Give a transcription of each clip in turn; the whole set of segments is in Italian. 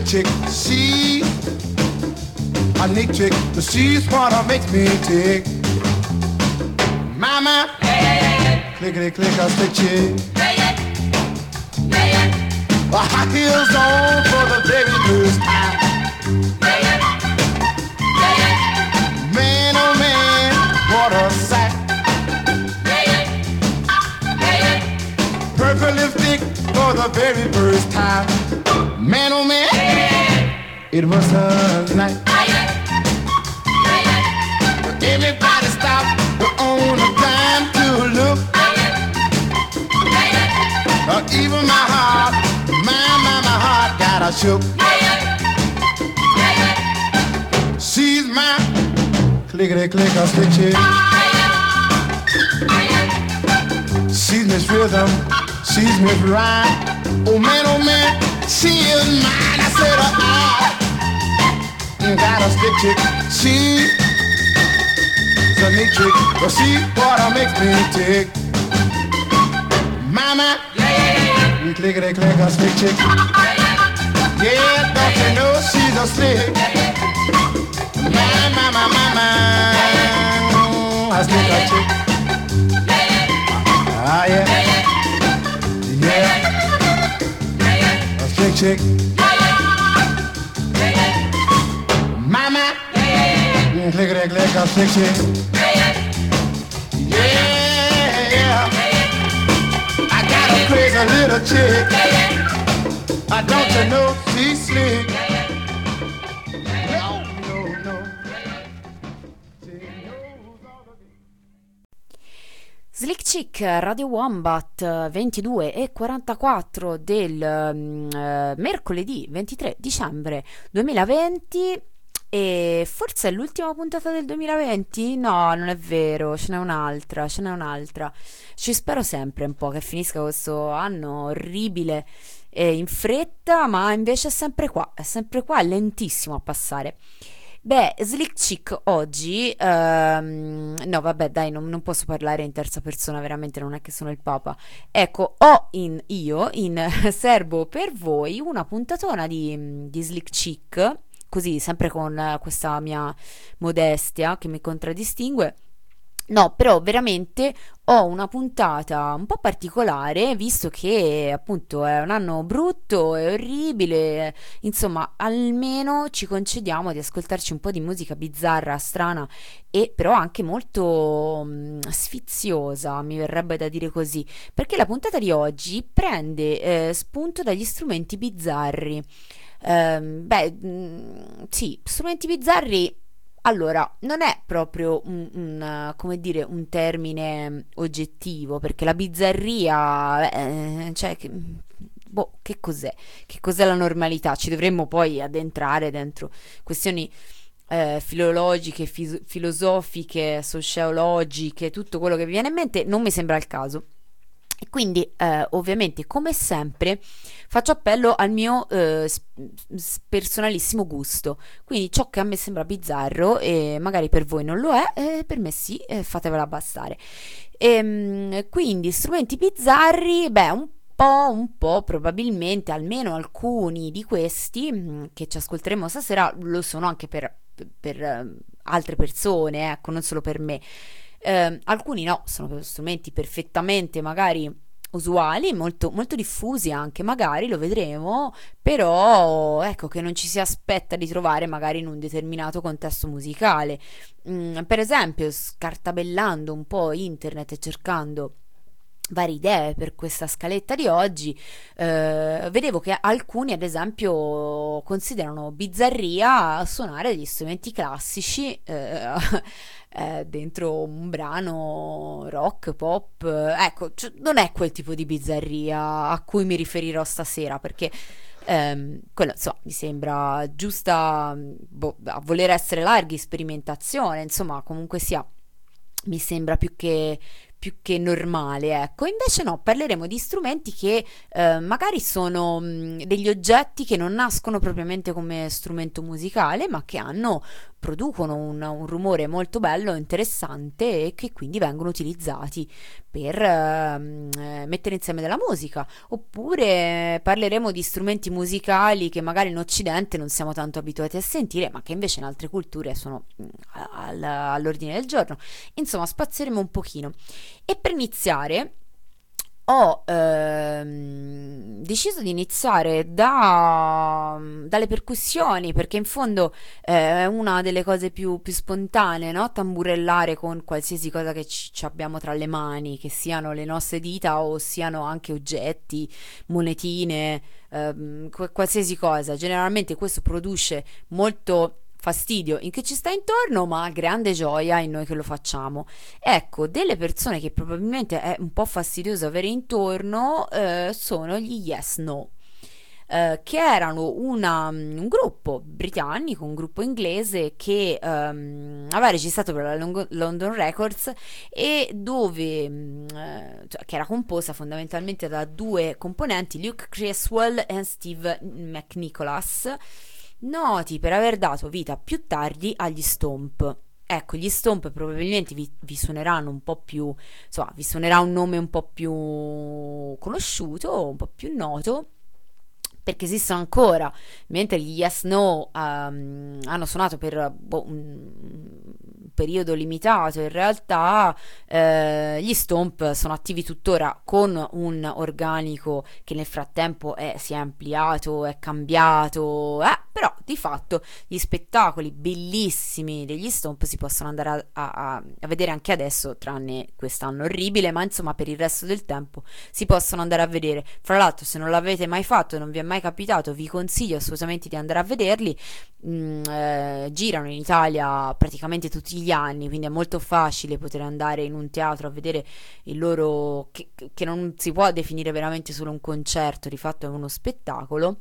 slick chick, she a neat chick, but she's what makes me tick. Mama, clickety click, a slick chick. High heels on for the very first time. Man, oh man, what a sight. Purple lipstick for the very first time. Man, oh man, it was a night. Everybody stopped on a dime to look. Even my heart, my heart got a shook. She's my clickety clicker slick chick. She's Miss Rhythm, she's Miss Rhyme. Oh man, she is mine. I said, got a slick chick. She's a neat chick, but she what makes me tick. Mama, clickety clicker slick chick. Yeah, don't you know she's a slick. My, a slicker chick. Ah, yeah. Yeah. A slick chick. Mama, clickety clicker slick chick. Yeah. I got a crazy little chick. Don't you know she's slick? No. Slick Chick, Radio Wombat, 22:44 del mercoledì 23 dicembre 2020. E forse è l'ultima puntata del 2020? No, non è vero, ce n'è un'altra. Ci spero sempre un po' che finisca questo anno orribile e in fretta, ma invece è sempre qua, è lentissimo a passare. Beh, Slick Chick oggi, no vabbè dai, non posso parlare in terza persona, veramente non è che sono il Papa. Ecco, ho in serbo per voi una puntatona di Slick Chick, così sempre con questa mia modestia che mi contraddistingue. No, però veramente ho una puntata un po' particolare, visto che appunto è un anno brutto e orribile, insomma, almeno ci concediamo di ascoltarci un po' di musica bizzarra, strana e però anche molto sfiziosa, mi verrebbe da dire così, perché la puntata di oggi prende spunto dagli strumenti bizzarri. Sì, strumenti bizzarri. Allora, non è proprio come dire, un termine oggettivo, perché la bizzarria, cioè, che cos'è? Che cos'è la normalità? Ci dovremmo poi addentrare dentro questioni filologiche, filosofiche, sociologiche, tutto quello che vi viene in mente, non mi sembra il caso. E quindi ovviamente come sempre faccio appello al mio personalissimo gusto, quindi ciò che a me sembra bizzarro e magari per voi non lo è, per me sì, fatevela bastare. Quindi strumenti bizzarri, beh, un po' probabilmente, almeno alcuni di questi che ci ascolteremo stasera lo sono anche per altre persone, ecco, non solo per me. Alcuni no, sono strumenti perfettamente magari usuali, molto, molto diffusi anche, magari lo vedremo, però ecco che non ci si aspetta di trovare magari in un determinato contesto musicale. Per esempio, scartabellando un po' internet e cercando varie idee per questa scaletta di oggi, vedevo che alcuni ad esempio considerano bizzarria suonare degli strumenti classici dentro un brano rock, pop, ecco, non è quel tipo di bizzarria a cui mi riferirò stasera, perché quello insomma mi sembra giusta, a voler essere larghi, sperimentazione, insomma, comunque sia, mi sembra più che normale, ecco. Invece no, parleremo di strumenti che magari sono degli oggetti che non nascono propriamente come strumento musicale, ma che producono un rumore molto bello, interessante e che quindi vengono utilizzati per mettere insieme della musica, oppure parleremo di strumenti musicali che magari in Occidente non siamo tanto abituati a sentire, ma che invece in altre culture sono all'ordine del giorno. Insomma, spazieremo un pochino. E per iniziare ho deciso di iniziare dalle percussioni, perché in fondo è una delle cose più spontanee, no? Tamburellare con qualsiasi cosa che ci abbiamo tra le mani, che siano le nostre dita o siano anche oggetti, monetine, qualsiasi cosa. Generalmente questo produce molto fastidio in chi ci sta intorno, ma grande gioia in noi che lo facciamo. Ecco, delle persone che probabilmente è un po' fastidioso avere intorno sono gli Yes No. Che erano un gruppo britannico, un gruppo inglese che aveva registrato per la London Records, e dove che era composta fondamentalmente da due componenti, Luke Creswell e Steve McNicholas, noti per aver dato vita più tardi agli Stomp. Ecco, gli Stomp probabilmente vi suoneranno un po' più, insomma, vi suonerà un nome un po' più conosciuto, un po' più noto, perché esistono ancora, mentre gli Yes No hanno suonato per un periodo limitato. In realtà gli Stomp sono attivi tuttora con un organico che nel frattempo si è ampliato, è cambiato, però di fatto gli spettacoli bellissimi degli Stomp si possono andare a vedere anche adesso, tranne quest'anno orribile, ma insomma per il resto del tempo si possono andare a vedere. Fra l'altro, se non l'avete mai fatto, non vi è mai capitato, vi consiglio assolutamente di andare a vederli. Girano in Italia praticamente tutti gli anni, quindi è molto facile poter andare in un teatro a vedere il loro, che non si può definire veramente solo un concerto, di fatto è uno spettacolo.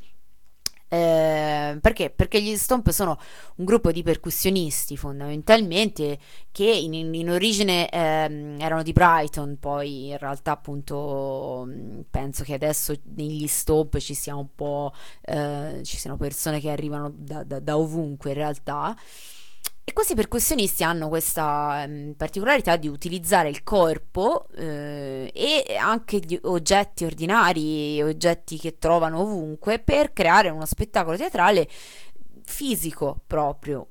Perché gli Stomp sono un gruppo di percussionisti fondamentalmente, che in origine erano di Brighton, poi in realtà appunto penso che adesso negli Stomp ci sia un po' ci siano persone che arrivano da ovunque in realtà. E questi percussionisti hanno questa particolarità di utilizzare il corpo e anche gli oggetti ordinari, oggetti che trovano ovunque, per creare uno spettacolo teatrale fisico proprio,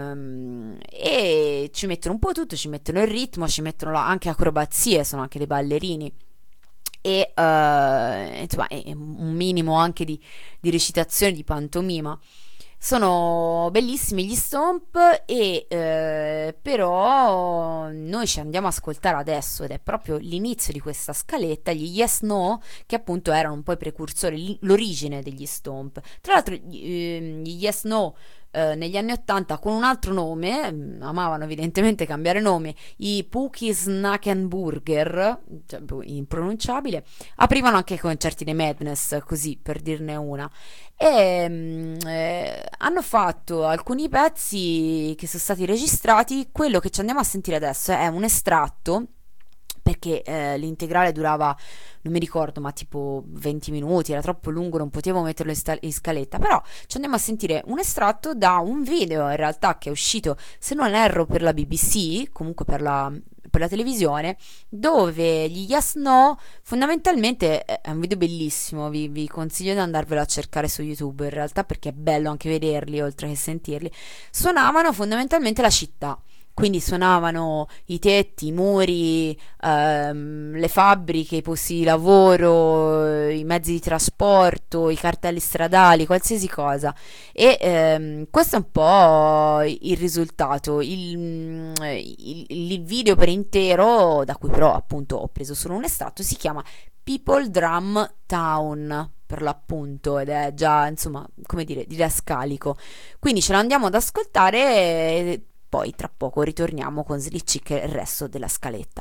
e ci mettono un po' tutto, ci mettono il ritmo, ci mettono anche acrobazie, sono anche dei ballerini, e insomma è un minimo anche di recitazione, di pantomima. Sono bellissimi gli Stomp, e però noi ci andiamo a ascoltare adesso, ed è proprio l'inizio di questa scaletta, gli Yes No, che appunto erano un po' i precursori, l'origine degli Stomp. Tra l'altro gli Yes No negli anni 80 con un altro nome, amavano evidentemente cambiare nome, i Pookie Snackenburger, cioè, impronunciabile, aprivano anche i concerti dei Madness, così per dirne una, e hanno fatto alcuni pezzi che sono stati registrati. Quello che ci andiamo a sentire adesso è un estratto, perché l'integrale durava, non mi ricordo, ma tipo 20 minuti, era troppo lungo, non potevo metterlo in scaletta, però ci andiamo a sentire un estratto da un video in realtà che è uscito, se non erro, per la BBC, comunque per la televisione, dove gli Yes No fondamentalmente è un video bellissimo, vi consiglio di andarvelo a cercare su YouTube in realtà, perché è bello anche vederli oltre che sentirli. Suonavano fondamentalmente la città. Quindi suonavano i tetti, i muri, le fabbriche, i posti di lavoro, i mezzi di trasporto, i cartelli stradali, qualsiasi cosa. E questo è un po' il risultato. Il video per intero, da cui però appunto ho preso solo un estratto, si chiama People Drum Town, per l'appunto, ed è già, insomma, come dire, didascalico. Quindi ce l'andiamo ad ascoltare e poi tra poco ritorniamo con Slick e il resto della scaletta.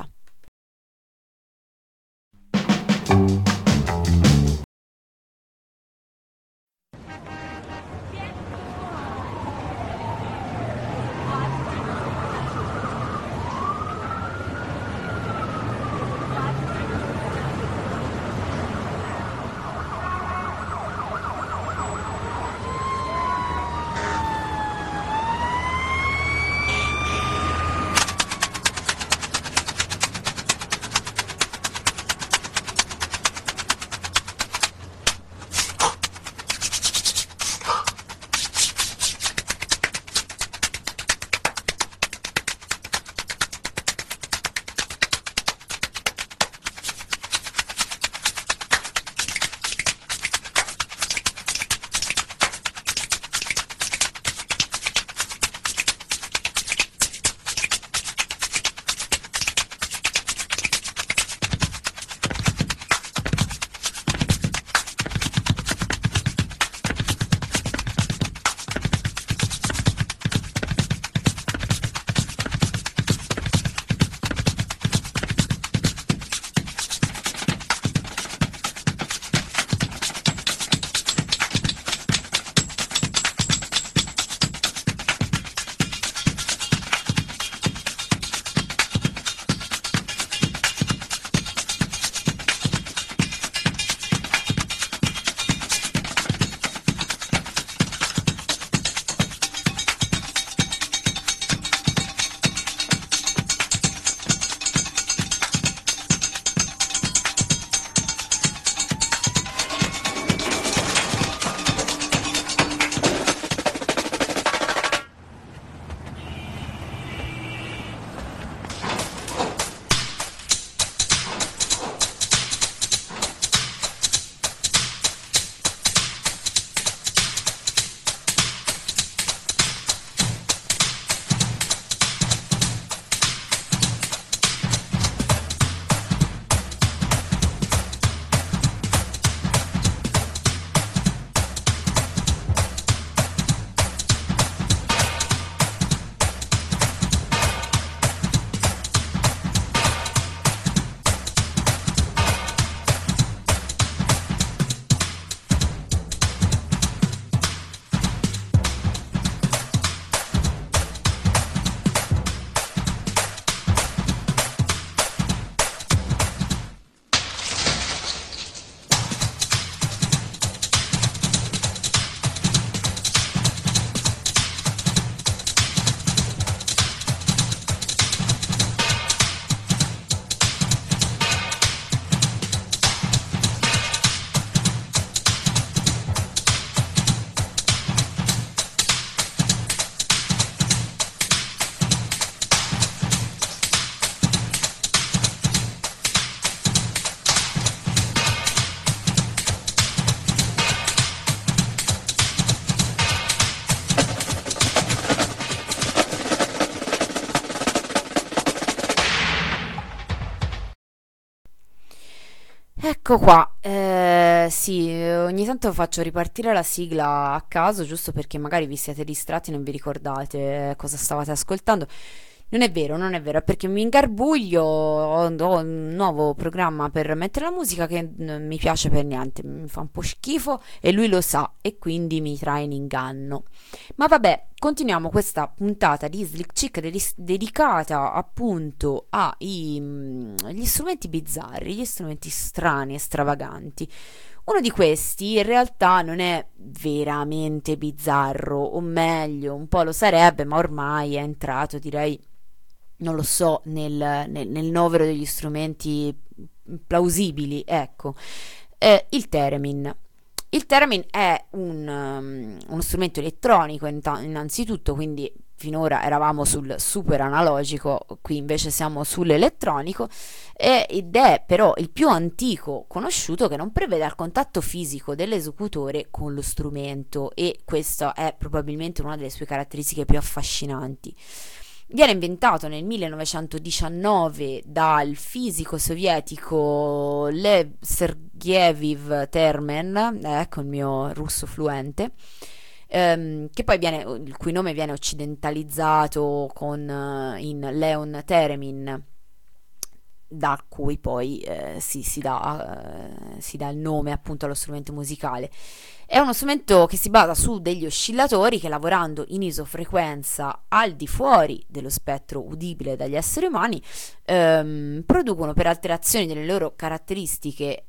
Ecco qua, sì, ogni tanto faccio ripartire la sigla a caso, giusto perché magari vi siete distratti e non vi ricordate cosa stavate ascoltando. Non è vero, non è vero, è perché mi ingarbuglio, ho un nuovo programma per mettere la musica che non mi piace per niente, mi fa un po' schifo e lui lo sa e quindi mi trae in inganno. Ma vabbè, continuiamo questa puntata di Slick Chick dedicata appunto agli strumenti bizzarri, gli strumenti strani e stravaganti. Uno di questi in realtà non è veramente bizzarro, o meglio, un po' lo sarebbe, ma ormai è entrato, direi, non lo so, nel novero degli strumenti plausibili, ecco. Il theremin. Il theremin è uno strumento elettronico innanzitutto, quindi finora eravamo sul super analogico, qui invece siamo sull'elettronico, ed è però il più antico conosciuto che non prevede il contatto fisico dell'esecutore con lo strumento, e questa è probabilmente una delle sue caratteristiche più affascinanti. Viene inventato nel 1919 dal fisico sovietico Lev Sergeevich Termen, ecco il mio russo fluente, che poi il cui nome viene occidentalizzato in Leon Theremin, da cui poi si dà il nome appunto allo strumento musicale. È uno strumento che si basa su degli oscillatori che, lavorando in isofrequenza al di fuori dello spettro udibile dagli esseri umani, producono, per alterazioni delle loro caratteristiche,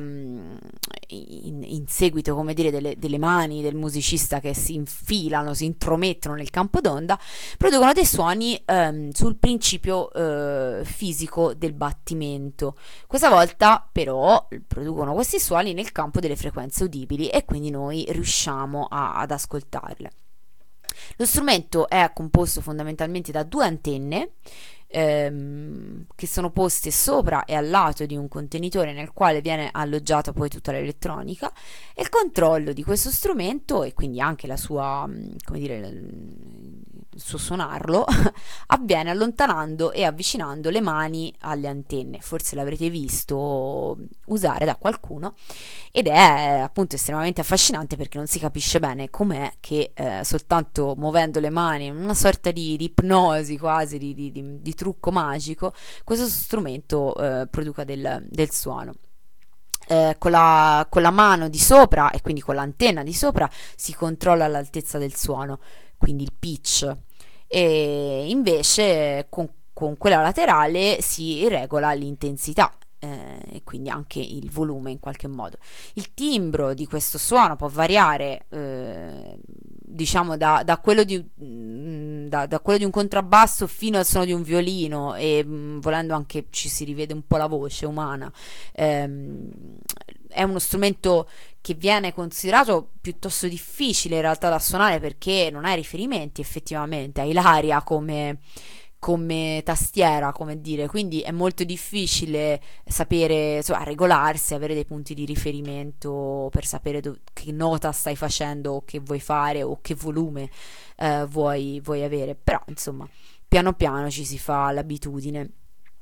in seguito, come dire, delle mani del musicista che si infilano, si intromettono nel campo d'onda, producono dei suoni sul principio fisico del battimento. Questa volta però producono questi suoni nel campo delle frequenze udibili e quindi noi riusciamo ad ascoltarle. Lo strumento è composto fondamentalmente da due antenne che sono poste sopra e al lato di un contenitore nel quale viene alloggiata poi tutta l'elettronica, e il controllo di questo strumento, e quindi anche la sua, come dire, il suo suonarlo avviene allontanando e avvicinando le mani alle antenne. Forse l'avrete visto usare da qualcuno, ed è appunto estremamente affascinante perché non si capisce bene com'è che soltanto muovendo le mani, una sorta di ipnosi, quasi di trucco magico, questo strumento produca del suono. Con la mano di sopra, e quindi con l'antenna di sopra, si controlla l'altezza del suono, quindi il pitch, e invece con quella laterale si regola l'intensità, e quindi anche il volume in qualche modo. Il timbro di questo suono può variare, diciamo da quello di un contrabbasso fino al suono di un violino, e volendo anche ci si rivede un po' la voce umana. È uno strumento che viene considerato piuttosto difficile in realtà da suonare, perché non hai riferimenti effettivamente, hai l'aria come tastiera, come dire, quindi è molto difficile sapere, insomma, regolarsi, avere dei punti di riferimento per sapere che nota stai facendo, o che vuoi fare, o che volume vuoi avere, però insomma piano piano ci si fa l'abitudine.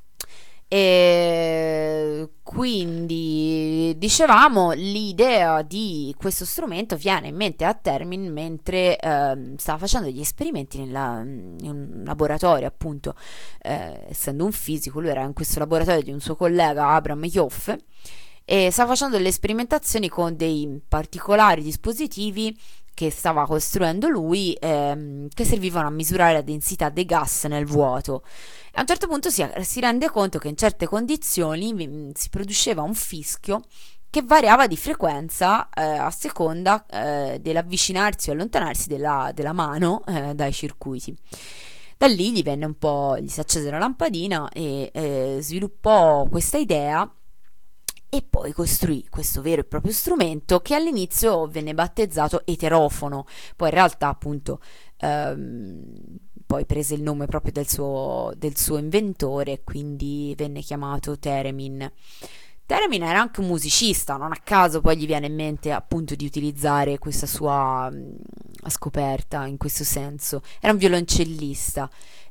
E quindi dicevamo, l'idea di questo strumento viene in mente a Termin mentre stava facendo degli esperimenti in un laboratorio, appunto, essendo un fisico, lui era in questo laboratorio di un suo collega Abram Ioffe, e stava facendo delle sperimentazioni con dei particolari dispositivi che stava costruendo lui, che servivano a misurare la densità dei gas nel vuoto. A un certo punto si rende conto che in certe condizioni si produceva un fischio che variava di frequenza a seconda dell'avvicinarsi o allontanarsi della mano dai circuiti. Da lì gli si accese la lampadina e sviluppò questa idea, e poi costruì questo vero e proprio strumento che all'inizio venne battezzato eterofono, poi in realtà appunto poi prese il nome proprio del suo inventore, quindi venne chiamato Theremin. Theremin era anche un musicista, non a caso poi gli viene in mente appunto di utilizzare questa sua scoperta in questo senso. Era un violoncellista,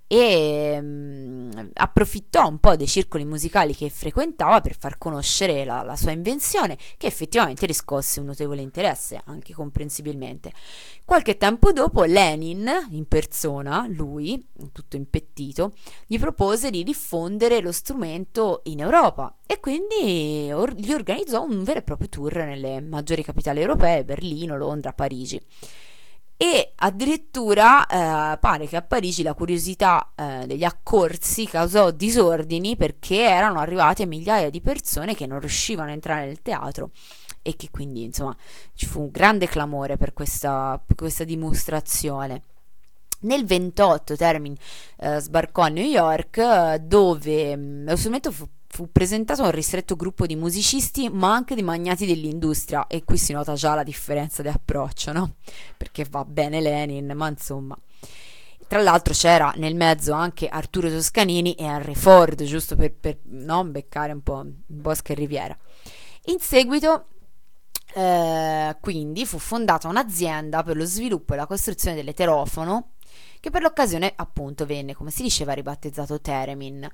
e approfittò un po' dei circoli musicali che frequentava per far conoscere la sua invenzione, che effettivamente riscosse un notevole interesse, anche comprensibilmente. Qualche tempo dopo Lenin, in persona, lui, tutto impettito, gli propose di diffondere lo strumento in Europa e quindi gli organizzò un vero e proprio tour nelle maggiori capitali europee, Berlino, Londra, Parigi. E addirittura pare che a Parigi la curiosità degli accorsi causò disordini perché erano arrivate migliaia di persone che non riuscivano a entrare nel teatro e che quindi insomma ci fu un grande clamore per questa dimostrazione. Nel 28 Theremin sbarcò a New York dove lo strumento fu presentato a un ristretto gruppo di musicisti ma anche di magnati dell'industria, e qui si nota già la differenza di approccio, no? Perché va bene Lenin, ma insomma. Tra l'altro c'era nel mezzo anche Arturo Toscanini e Henry Ford, giusto per non beccare un po' Bosca e Riviera. In seguito quindi fu fondata un'azienda per lo sviluppo e la costruzione dell'eterofono, che per l'occasione appunto venne, come si diceva, ribattezzato Theremin.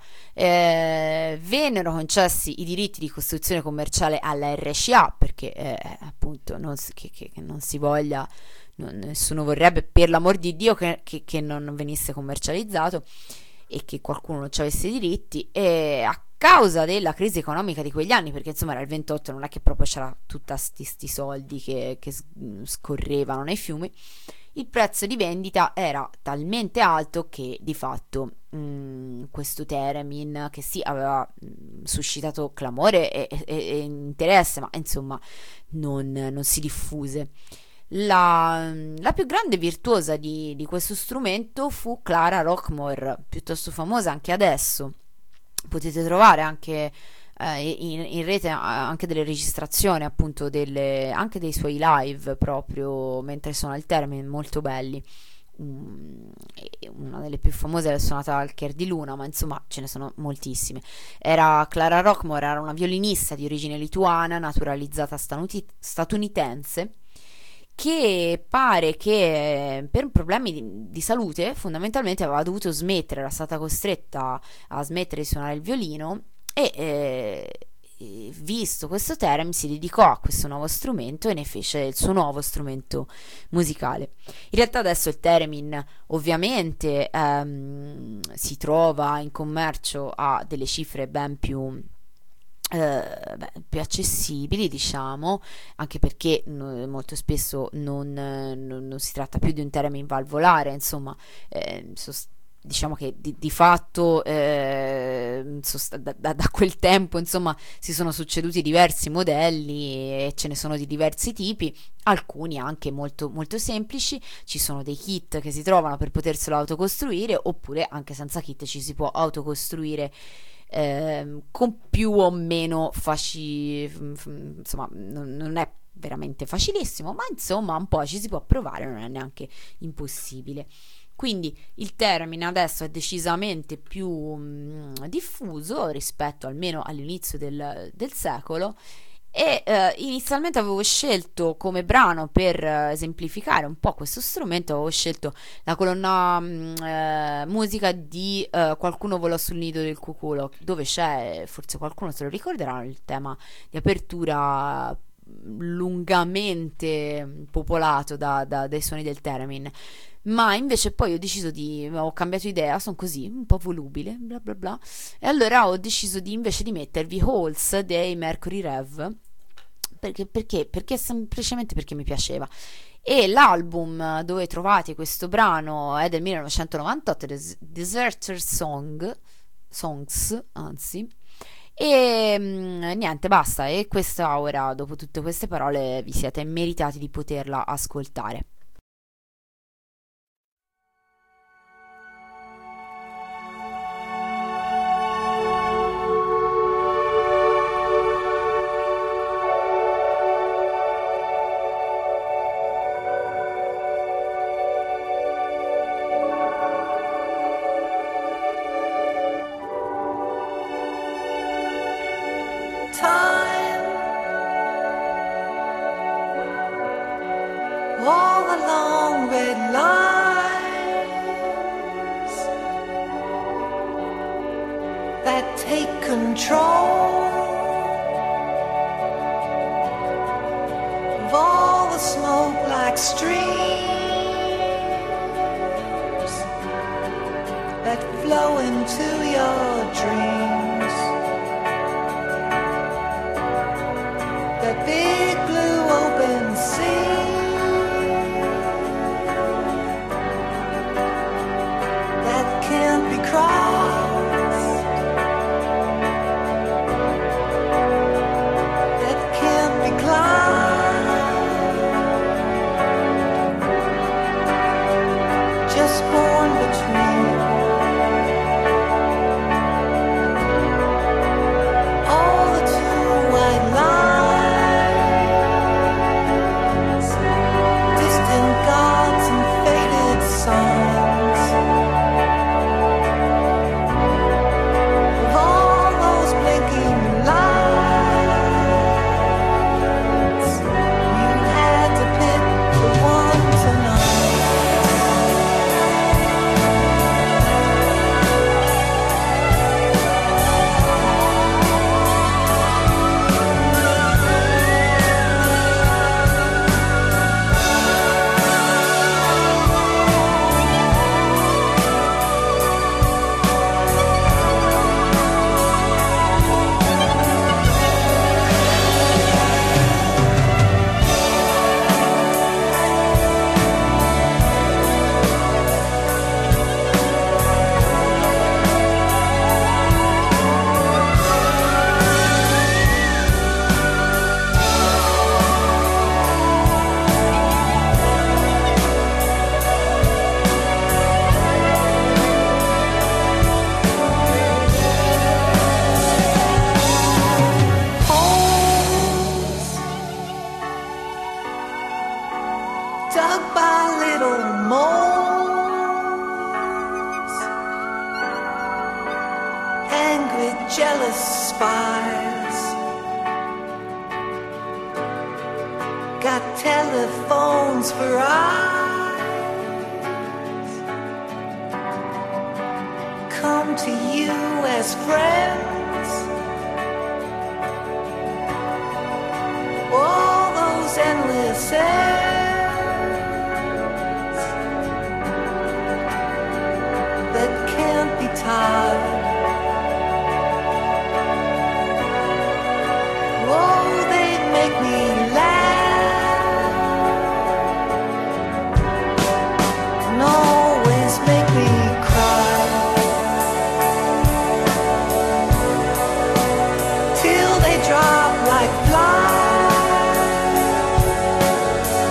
Vennero concessi i diritti di costruzione commerciale alla RCA perché appunto che non si voglia, nessuno vorrebbe, per l'amor di Dio, che non venisse commercializzato e che qualcuno non ci avesse i diritti, e a causa della crisi economica di quegli anni, perché insomma era il 28, non è che proprio c'era tutti sti soldi che scorrevano nei fiumi, il prezzo di vendita era talmente alto che di fatto questo Theremin, che sì aveva suscitato clamore e interesse, ma insomma non si diffuse. La più grande virtuosa di questo strumento fu Clara Rockmore, piuttosto famosa anche adesso. Potete trovare anche in rete anche delle registrazioni, appunto anche dei suoi live proprio mentre suona il Theremin, molto belli. Una delle più famose è la sonata Walker di Luna, ma insomma ce ne sono moltissime. Clara Rockmore era una violinista di origine lituana, naturalizzata statunitense, che pare che per problemi di salute fondamentalmente aveva dovuto smettere, era stata costretta a smettere di suonare il violino e visto questo Theremin si dedicò a questo nuovo strumento e ne fece il suo nuovo strumento musicale. In realtà adesso il Theremin ovviamente si trova in commercio a delle cifre ben più accessibili, diciamo, anche perché molto spesso non si tratta più di un Theremin valvolare, insomma, diciamo che di fatto da quel tempo insomma si sono succeduti diversi modelli e ce ne sono di diversi tipi, alcuni anche molto, molto semplici. Ci sono dei kit che si trovano per poterselo autocostruire, oppure anche senza kit ci si può autocostruire con più o meno insomma non è veramente facilissimo, ma insomma un po' ci si può provare, non è neanche impossibile. Quindi il Theremin adesso è decisamente più diffuso rispetto almeno all'inizio del secolo, e inizialmente avevo scelto come brano per esemplificare un po' questo strumento, avevo scelto la colonna musica di Qualcuno volò sul nido del cuculo, dove c'è, forse qualcuno se lo ricorderà, il tema di apertura lungamente popolato dai suoni del Theremin. Ma invece poi ho cambiato idea, sono così un po' volubile, bla bla bla, e allora ho deciso invece di mettervi Halls dei Mercury Rev, perché semplicemente perché mi piaceva. E l'album dove trovate questo brano è del 1998, Deserter Songs, anzi. E niente, basta, e questa ora, dopo tutte queste parole, vi siete meritati di poterla ascoltare. All control of all the smoke like streams that flow into your dreams. That big blue open sea that can't be crossed, that can't be climbed, just born between all the two white lines, distant gods and faded songs of all those blinking lights. You had to pick the one tonight. Holes dug by little moles, angry, jealous spies, got telephones for eyes, come to you as friends. All those endless ends that can't be tied. Oh, they make me laugh and always make me cry, till they drop like flies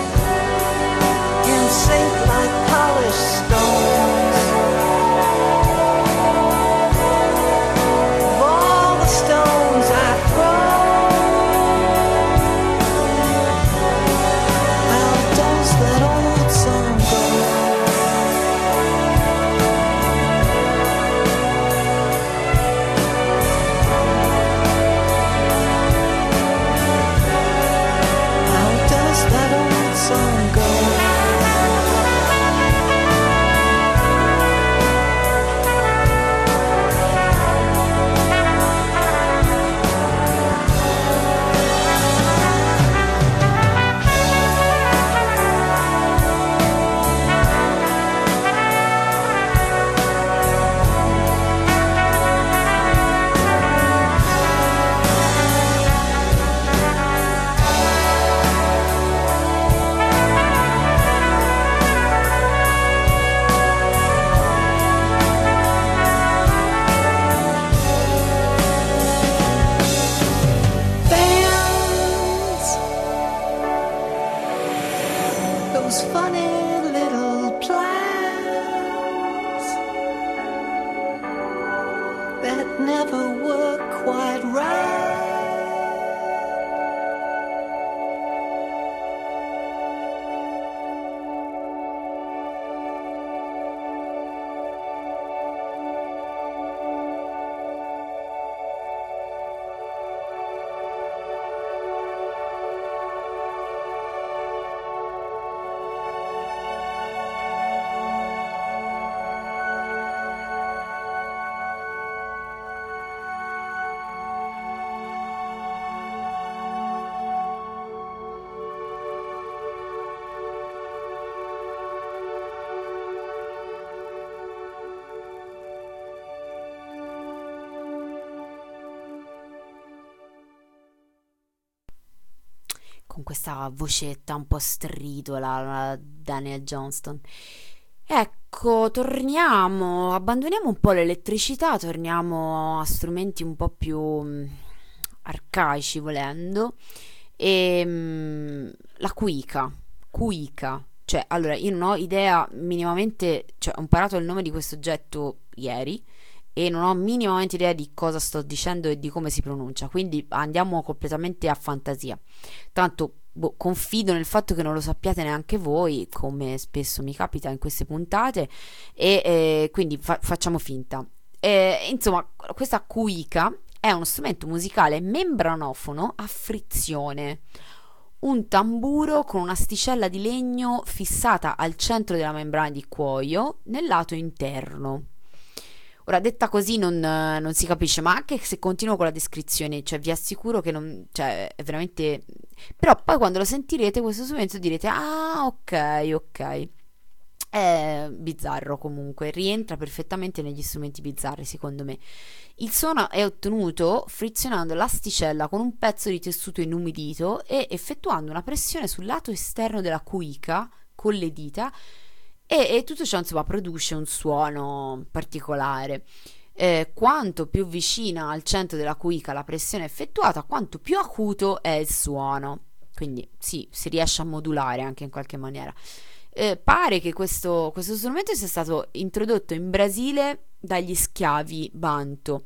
con questa vocetta un po' stridula, la Daniel Johnston. Ecco, abbandoniamo un po' l'elettricità, torniamo a strumenti un po' più arcaici volendo, e la cuica, cioè allora io non ho idea minimamente, cioè ho imparato il nome di questo oggetto ieri e non ho minimamente idea di cosa sto dicendo e di come si pronuncia, quindi andiamo completamente a fantasia. Tanto confido nel fatto che non lo sappiate neanche voi, come spesso mi capita in queste puntate, e quindi facciamo finta. Insomma, questa cuica è uno strumento musicale membranofono a frizione, un tamburo con un'asticella di legno fissata al centro della membrana di cuoio nel lato interno. Ora, detta così non si capisce, ma anche se continuo con la descrizione, cioè vi assicuro che non, cioè è veramente, però poi quando lo sentirete questo strumento direte ah, ok, è bizzarro, comunque rientra perfettamente negli strumenti bizzarri secondo me. Il suono è ottenuto frizionando l'asticella con un pezzo di tessuto inumidito e effettuando una pressione sul lato esterno della cuica con le dita, e tutto ciò insomma produce un suono particolare. Quanto più vicina al centro della cuica la pressione effettuata, quanto più acuto è il suono, quindi sì, si riesce a modulare anche in qualche maniera. Pare che questo strumento sia stato introdotto in Brasile dagli schiavi Bantu.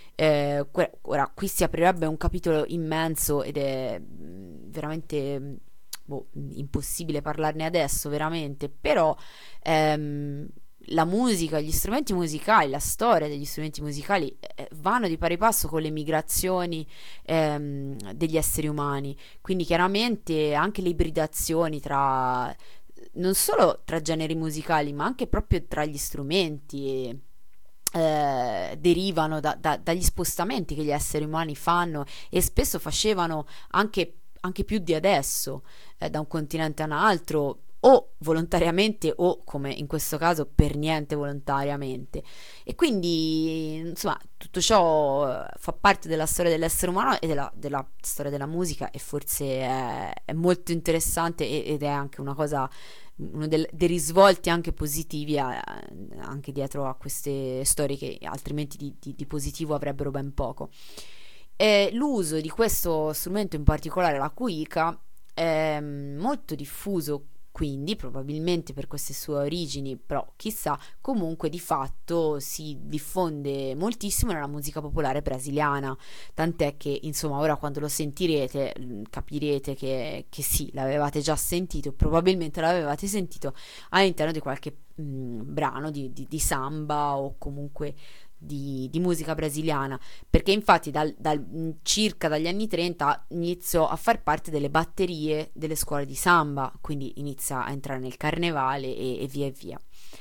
Ora qui si aprirebbe un capitolo immenso ed è veramente impossibile parlarne adesso, veramente, però la musica, gli strumenti musicali, la storia degli strumenti musicali vanno di pari passo con le migrazioni degli esseri umani, quindi chiaramente anche le ibridazioni tra non solo tra generi musicali ma anche proprio tra gli strumenti derivano dagli spostamenti che gli esseri umani fanno e spesso facevano anche più di adesso, da un continente a un altro, o volontariamente o, come in questo caso, per niente volontariamente. E quindi insomma tutto ciò fa parte della storia dell'essere umano e della storia della musica, e forse è molto interessante ed è anche una cosa, uno dei risvolti anche positivi anche dietro a queste storie che altrimenti di positivo avrebbero ben poco. L'uso di questo strumento, in particolare la cuica, è molto diffuso, quindi probabilmente per queste sue origini, però chissà, comunque di fatto si diffonde moltissimo nella musica popolare brasiliana, tant'è che insomma ora quando lo sentirete capirete che sì, l'avevate già sentito, probabilmente l'avevate sentito all'interno di qualche brano di samba o comunque di musica brasiliana, perché infatti circa dagli anni 30 iniziò a far parte delle batterie delle scuole di samba, quindi inizia a entrare nel carnevale e via e via.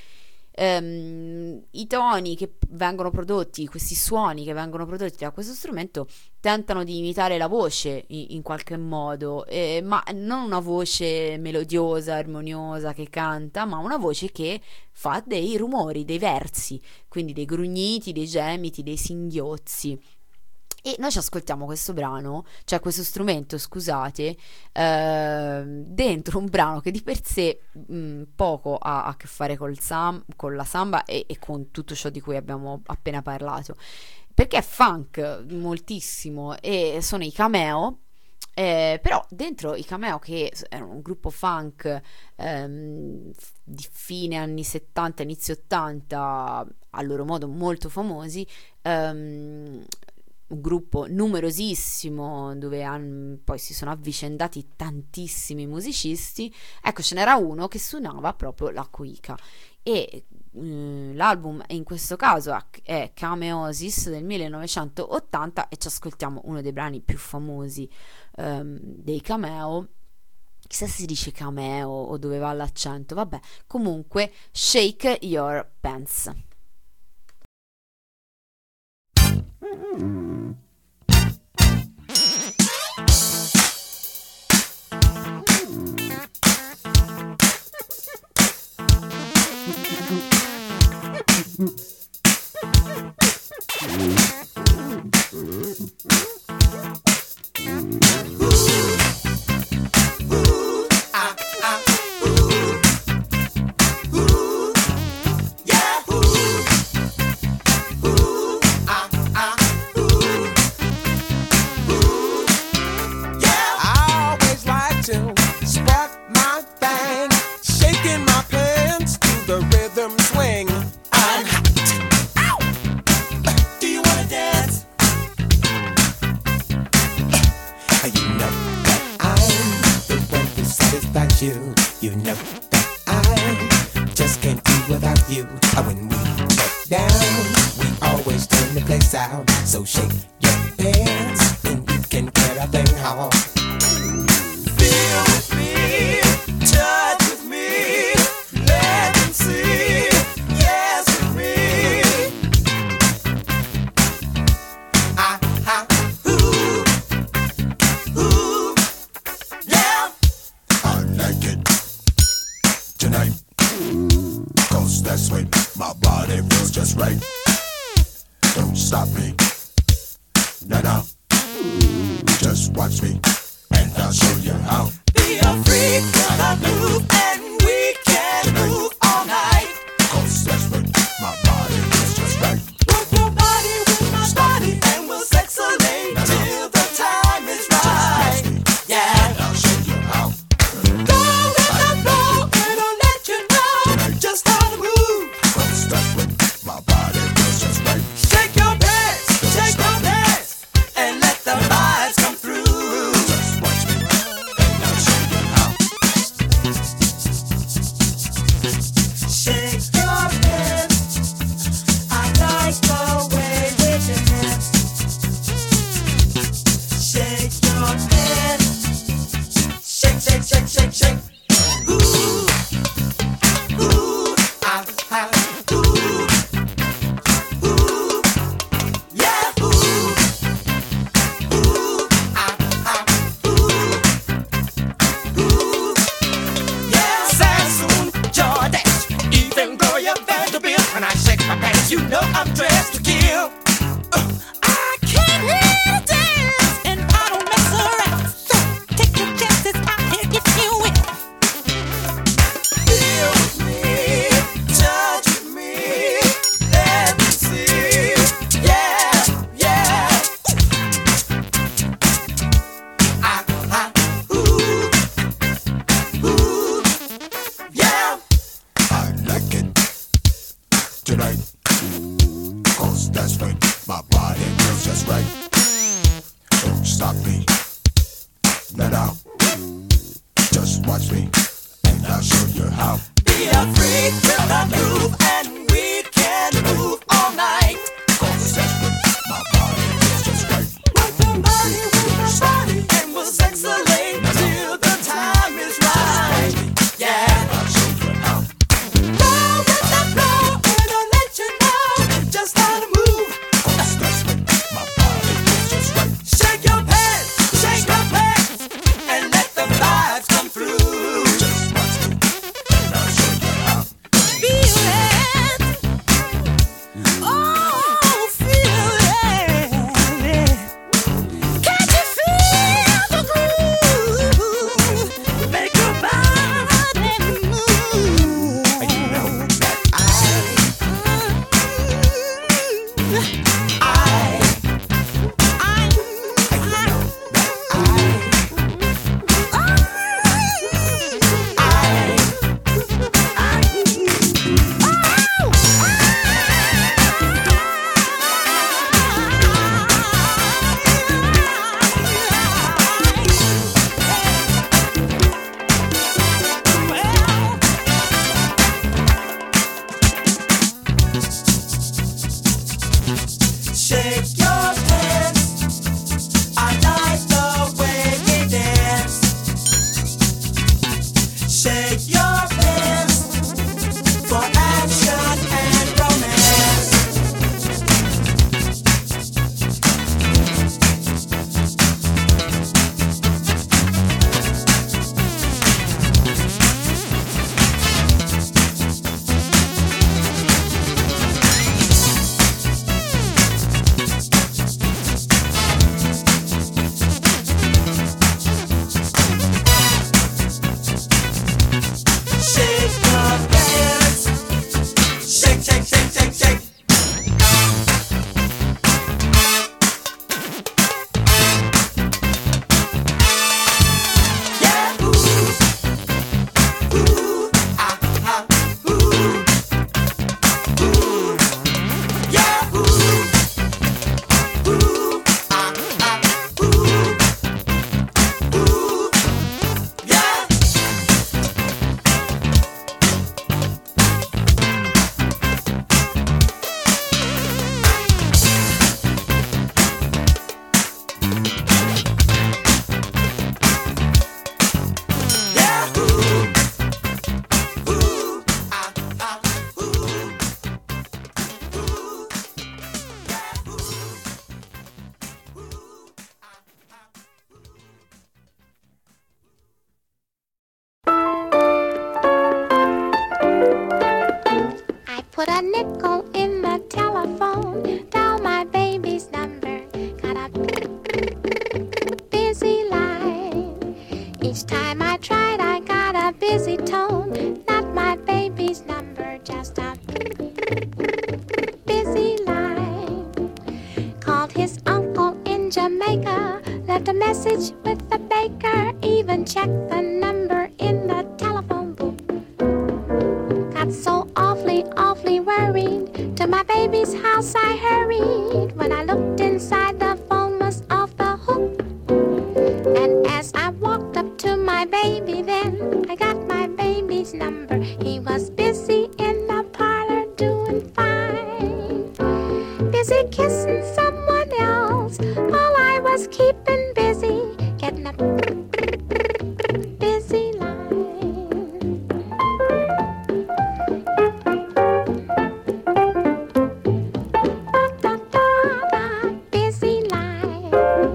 I toni che vengono prodotti, questi suoni che vengono prodotti da questo strumento tentano di imitare la voce in qualche modo, ma non una voce melodiosa, armoniosa che canta, ma una voce che fa dei rumori, dei versi, quindi dei grugniti, dei gemiti, dei singhiozzi. E noi ci ascoltiamo questo brano, cioè questo strumento, scusate, dentro un brano che di per sé poco ha a che fare con la samba e con tutto ciò di cui abbiamo appena parlato, perché è funk moltissimo e sono i Cameo. Però dentro i Cameo, che erano un gruppo funk di fine anni 70, inizio 80, a loro modo molto famosi, un gruppo numerosissimo dove poi si sono avvicendati tantissimi musicisti, ecco, ce n'era uno che suonava proprio la cuica, e l'album in questo caso è Cameosis del 1980 e ci ascoltiamo uno dei brani più famosi dei Cameo. Chissà se si dice cameo o dove va l'accento, vabbè, comunque Shake Your Pants. swing. I'm hot. Ow! Do you wanna dance? You know that I'm the one who satisfies you. You know that I just can't do without you. When we get down, we always turn the place out. So shake your pants and you can get a thing home. Feel with me, touch with me, let them see, yes with me. Ooh, ooh, yeah. I like it tonight, 'cause that's when my body feels just right. Don't stop me, no, just watch me, and I'll show you how. Be a freak, till I move, and we can move all night. 'Cause that's when my body feels just right. Work your body with my body, and we'll sexolate till the time is right. Yeah. And I'll show you how. Go with the flow, and I'll let you know just how to move. 'Cause that's when my body feels just right. Shake your pants, and let the vibes come through. Just watch me, and I'll show you how. Shake your pants, I like the way we dance. Shake your pants, shake, shake, shake, shake, shake. Ooh, ooh, ooh, ooh, yeah, ooh, ooh, ooh, yeah. Sassoon, Jordache, even Gloria Vanderbilt. When I shake my pants, you know I'm dressed to kill. I came here to dance, and I don't mess around. So take your chances out here if you win. Feel with me, touch with me, let me see, yeah, yeah. Ooh, ooh, yeah. I like it tonight, 'cause that's when my body feels just right. Don't stop me, no, just watch me, and I'll show you how. Be a freak, feel the groove, and we can move all night. 'Cause that's when my body feels just right. Work your body with my body, and we'll sexolate till the time is right. Yeah. I'll show you how. Go with the flow, and I'll let you know just how to move. 'Cause that's when my body feels just right. Shake your pants, and let the vibes come through. Just watch me, and I'll show you how. Feel it, oh, feel it. Can't you feel the groove? Make your body move. You know that I shake your pants. I like the way we dance. Shake your pants for action and romance. put a nickel in the telephone, dial my baby's number, got a busy line. Each time I tried, I got a busy tone, not my baby's number, just a busy line. Called his uncle in Jamaica, left a message with the baker, even checked the number in the telephone booth. Got so awfully worried, to my baby's house I hurried. When I looked inside, the phone was off the hook. And as I walked up to my baby, then I got my baby's number. He was busy in the parlor doing fine, busy kissing someone else, while I was keeping busy, getting a busy line. Busy line.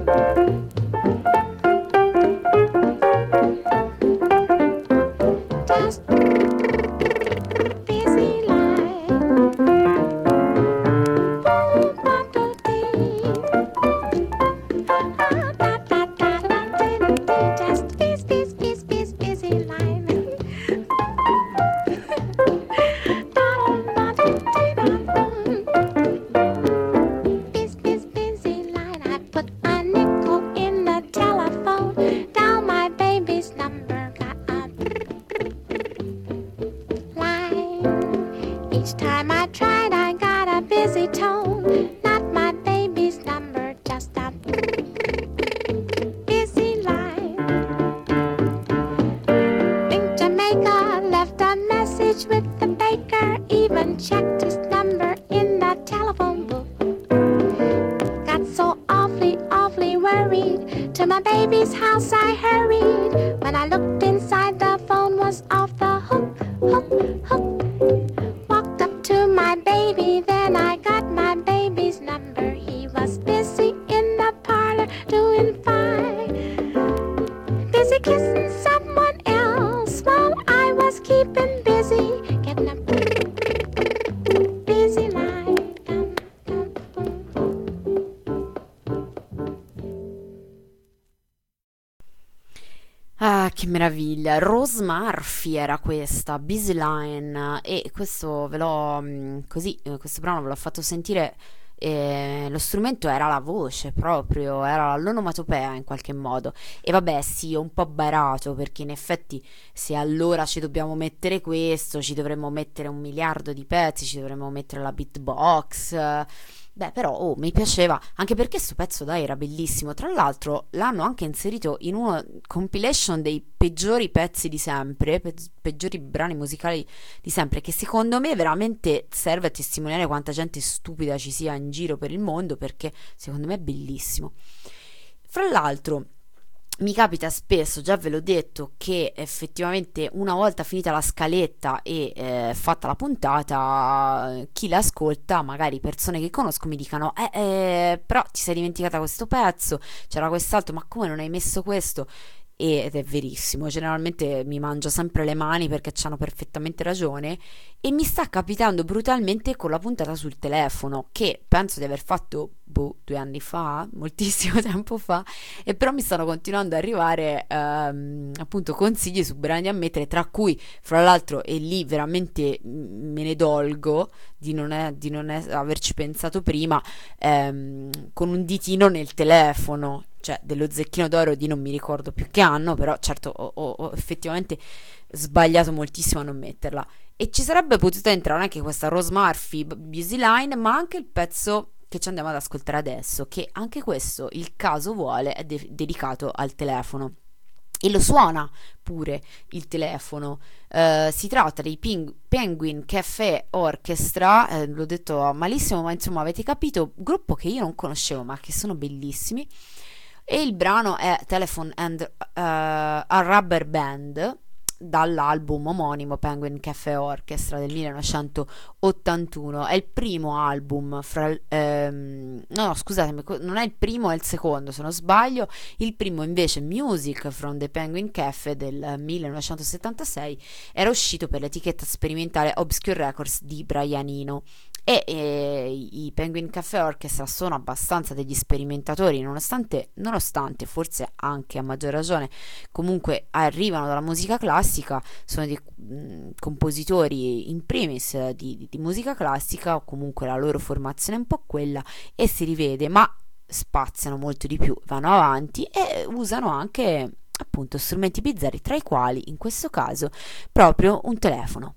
Just busy line. Just busy line. Busy line. I put a nickel in the telephone, dial my baby's number, got a line. Each time I tried, I got a busy tone, not my baby's number, just a busy line. In Jamaica, left a message with the baker, even checked his number in the telephone booth. Got so awfully worried, to my baby's house I hurried. When I looked inside, the phone was off the hook. Walked up to my baby, then I got my baby's number. He was busy in the parlor doing fine, busy kissing someone else, while I was keeping busy, getting a busy line. Ah, che meraviglia! Rose Murphy era questa, Busy Line, e questo ve l'ho questo brano ve l'ho fatto sentire. Lo strumento era la voce proprio, era l'onomatopea in qualche modo. E vabbè, sì, ho un po' barato, perché in effetti se allora ci dobbiamo mettere questo, ci dovremmo mettere 1 miliardo di pezzi, ci dovremmo mettere la beatbox. Beh, però mi piaceva, anche perché sto pezzo, dai, era bellissimo. Tra l'altro l'hanno anche inserito in una compilation dei peggiori pezzi di sempre, peggiori brani musicali di sempre, che secondo me veramente serve a testimoniare quanta gente stupida ci sia in giro per il mondo, perché secondo me è bellissimo. Fra l'altro mi capita spesso, già ve l'ho detto, che effettivamente una volta finita la scaletta e fatta la puntata, chi l'ascolta, magari persone che conosco, mi dicano però ti sei dimenticata questo pezzo, c'era quest'altro, ma come non hai messo questo? Ed è verissimo, generalmente mi mangio sempre le mani, perché c'hanno perfettamente ragione, e mi sta capitando brutalmente con la puntata sul telefono, che penso di aver fatto 2 anni fa, moltissimo tempo fa, e però mi stanno continuando ad arrivare appunto consigli su brani da mettere, tra cui fra l'altro, e lì veramente me ne dolgo di non averci pensato prima, con un ditino nel telefono, cioè dello Zecchino d'Oro di non mi ricordo più che anno, però certo ho effettivamente sbagliato moltissimo a non metterla. E ci sarebbe potuta entrare anche questa Rose Murphy, Busy Line, ma anche il pezzo che ci andiamo ad ascoltare adesso, che anche questo, il caso vuole, è dedicato al telefono. E lo suona pure il telefono. Si tratta dei Penguin Cafe Orchestra, l'ho detto malissimo, ma insomma avete capito, gruppo che io non conoscevo ma che sono bellissimi. E il brano è Telephone and a Rubber Band, dall'album omonimo Penguin Cafe Orchestra del 1981. È il primo album no, scusatemi, non è il primo, è il secondo se non sbaglio. Il primo invece, Music from the Penguin Cafe del 1976, era uscito per l'etichetta sperimentale Obscure Records di Brian Eno. E i Penguin Cafe Orchestra sono abbastanza degli sperimentatori, nonostante forse anche a maggior ragione comunque arrivano dalla musica classica, sono dei compositori in primis di musica classica, o comunque la loro formazione è un po' quella, e si rivede, ma spaziano molto di più, vanno avanti e usano anche appunto strumenti bizzarri, tra i quali in questo caso proprio un telefono.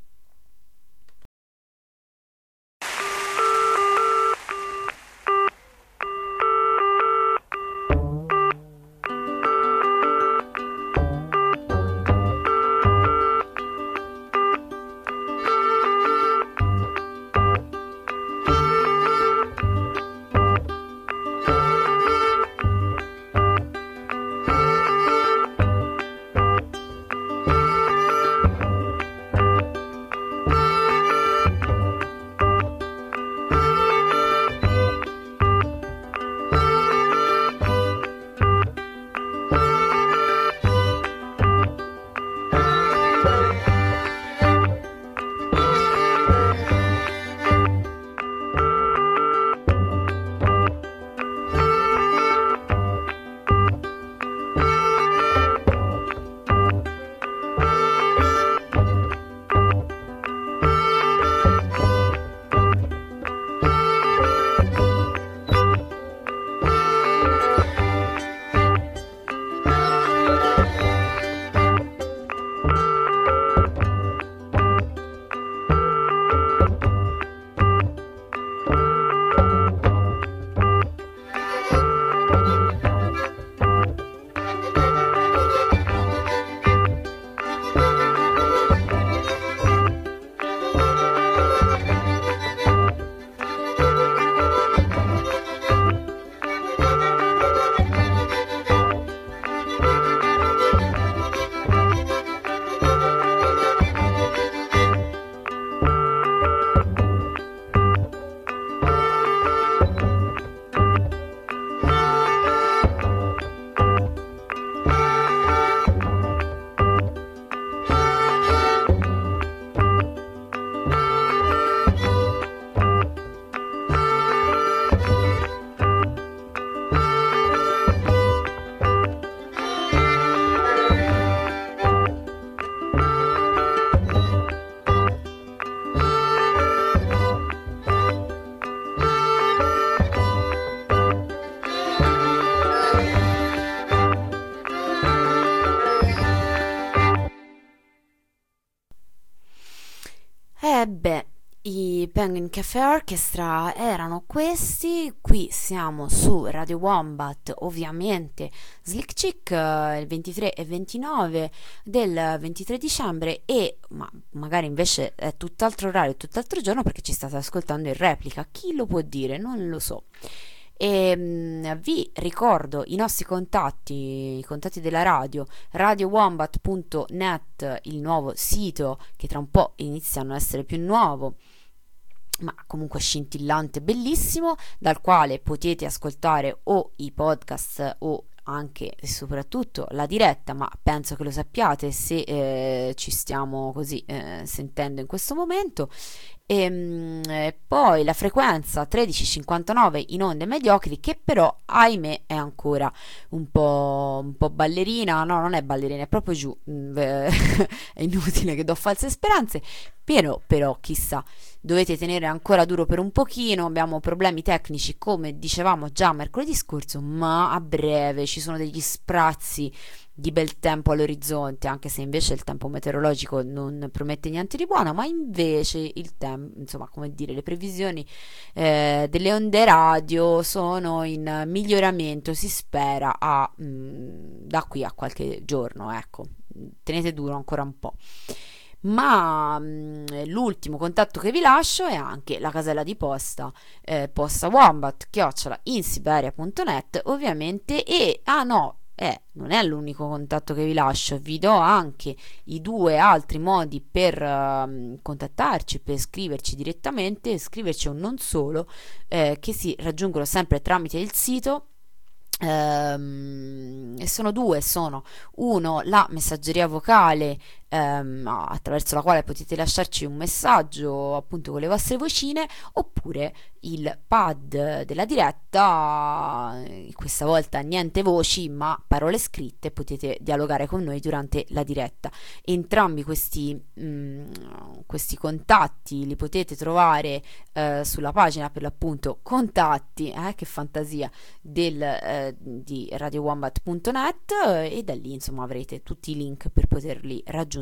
Beh, i Penguin Cafe Orchestra erano questi. Qui siamo su Radio Wombat, ovviamente Slick Chick, il 23 e 29 del 23 dicembre, e magari invece è tutt'altro orario, tutt'altro giorno, perché ci state ascoltando in replica. Chi lo può dire? Non lo so. E vi ricordo i nostri contatti, i contatti della radio, radiowombat.net, il nuovo sito che tra un po' inizia a non essere più nuovo, ma comunque scintillante, bellissimo, dal quale potete ascoltare o i podcast o anche e soprattutto la diretta, ma penso che lo sappiate se ci stiamo così sentendo in questo momento. E poi la frequenza 1359 in onde mediocri, che però ahimè è ancora un po' ballerina. No, non è ballerina, è proprio giù. È inutile che do false speranze, però chissà, dovete tenere ancora duro per un pochino. Abbiamo problemi tecnici, come dicevamo già mercoledì scorso, ma a breve ci sono degli sprazzi di bel tempo all'orizzonte, anche se invece il tempo meteorologico non promette niente di buono, ma invece il tempo, insomma, come dire, le previsioni delle onde radio sono in miglioramento, si spera, da qui a qualche giorno, ecco, tenete duro ancora un po'. Ma l'ultimo contatto che vi lascio è anche la casella di posta, postawombat@insiberia.net, ovviamente. E no, non è l'unico contatto che vi lascio, vi do anche i 2 altri modi per contattarci, per scriverci direttamente, scriverci o non solo, che si raggiungono sempre tramite il sito. E sono 2, sono uno la messaggeria vocale attraverso la quale potete lasciarci un messaggio appunto con le vostre vocine, oppure il pad della diretta, questa volta niente voci ma parole scritte, potete dialogare con noi durante la diretta. Entrambi questi contatti li potete trovare sulla pagina, per l'appunto contatti, che fantasia, di radiowombat.net, e da lì insomma avrete tutti i link per poterli raggiungere.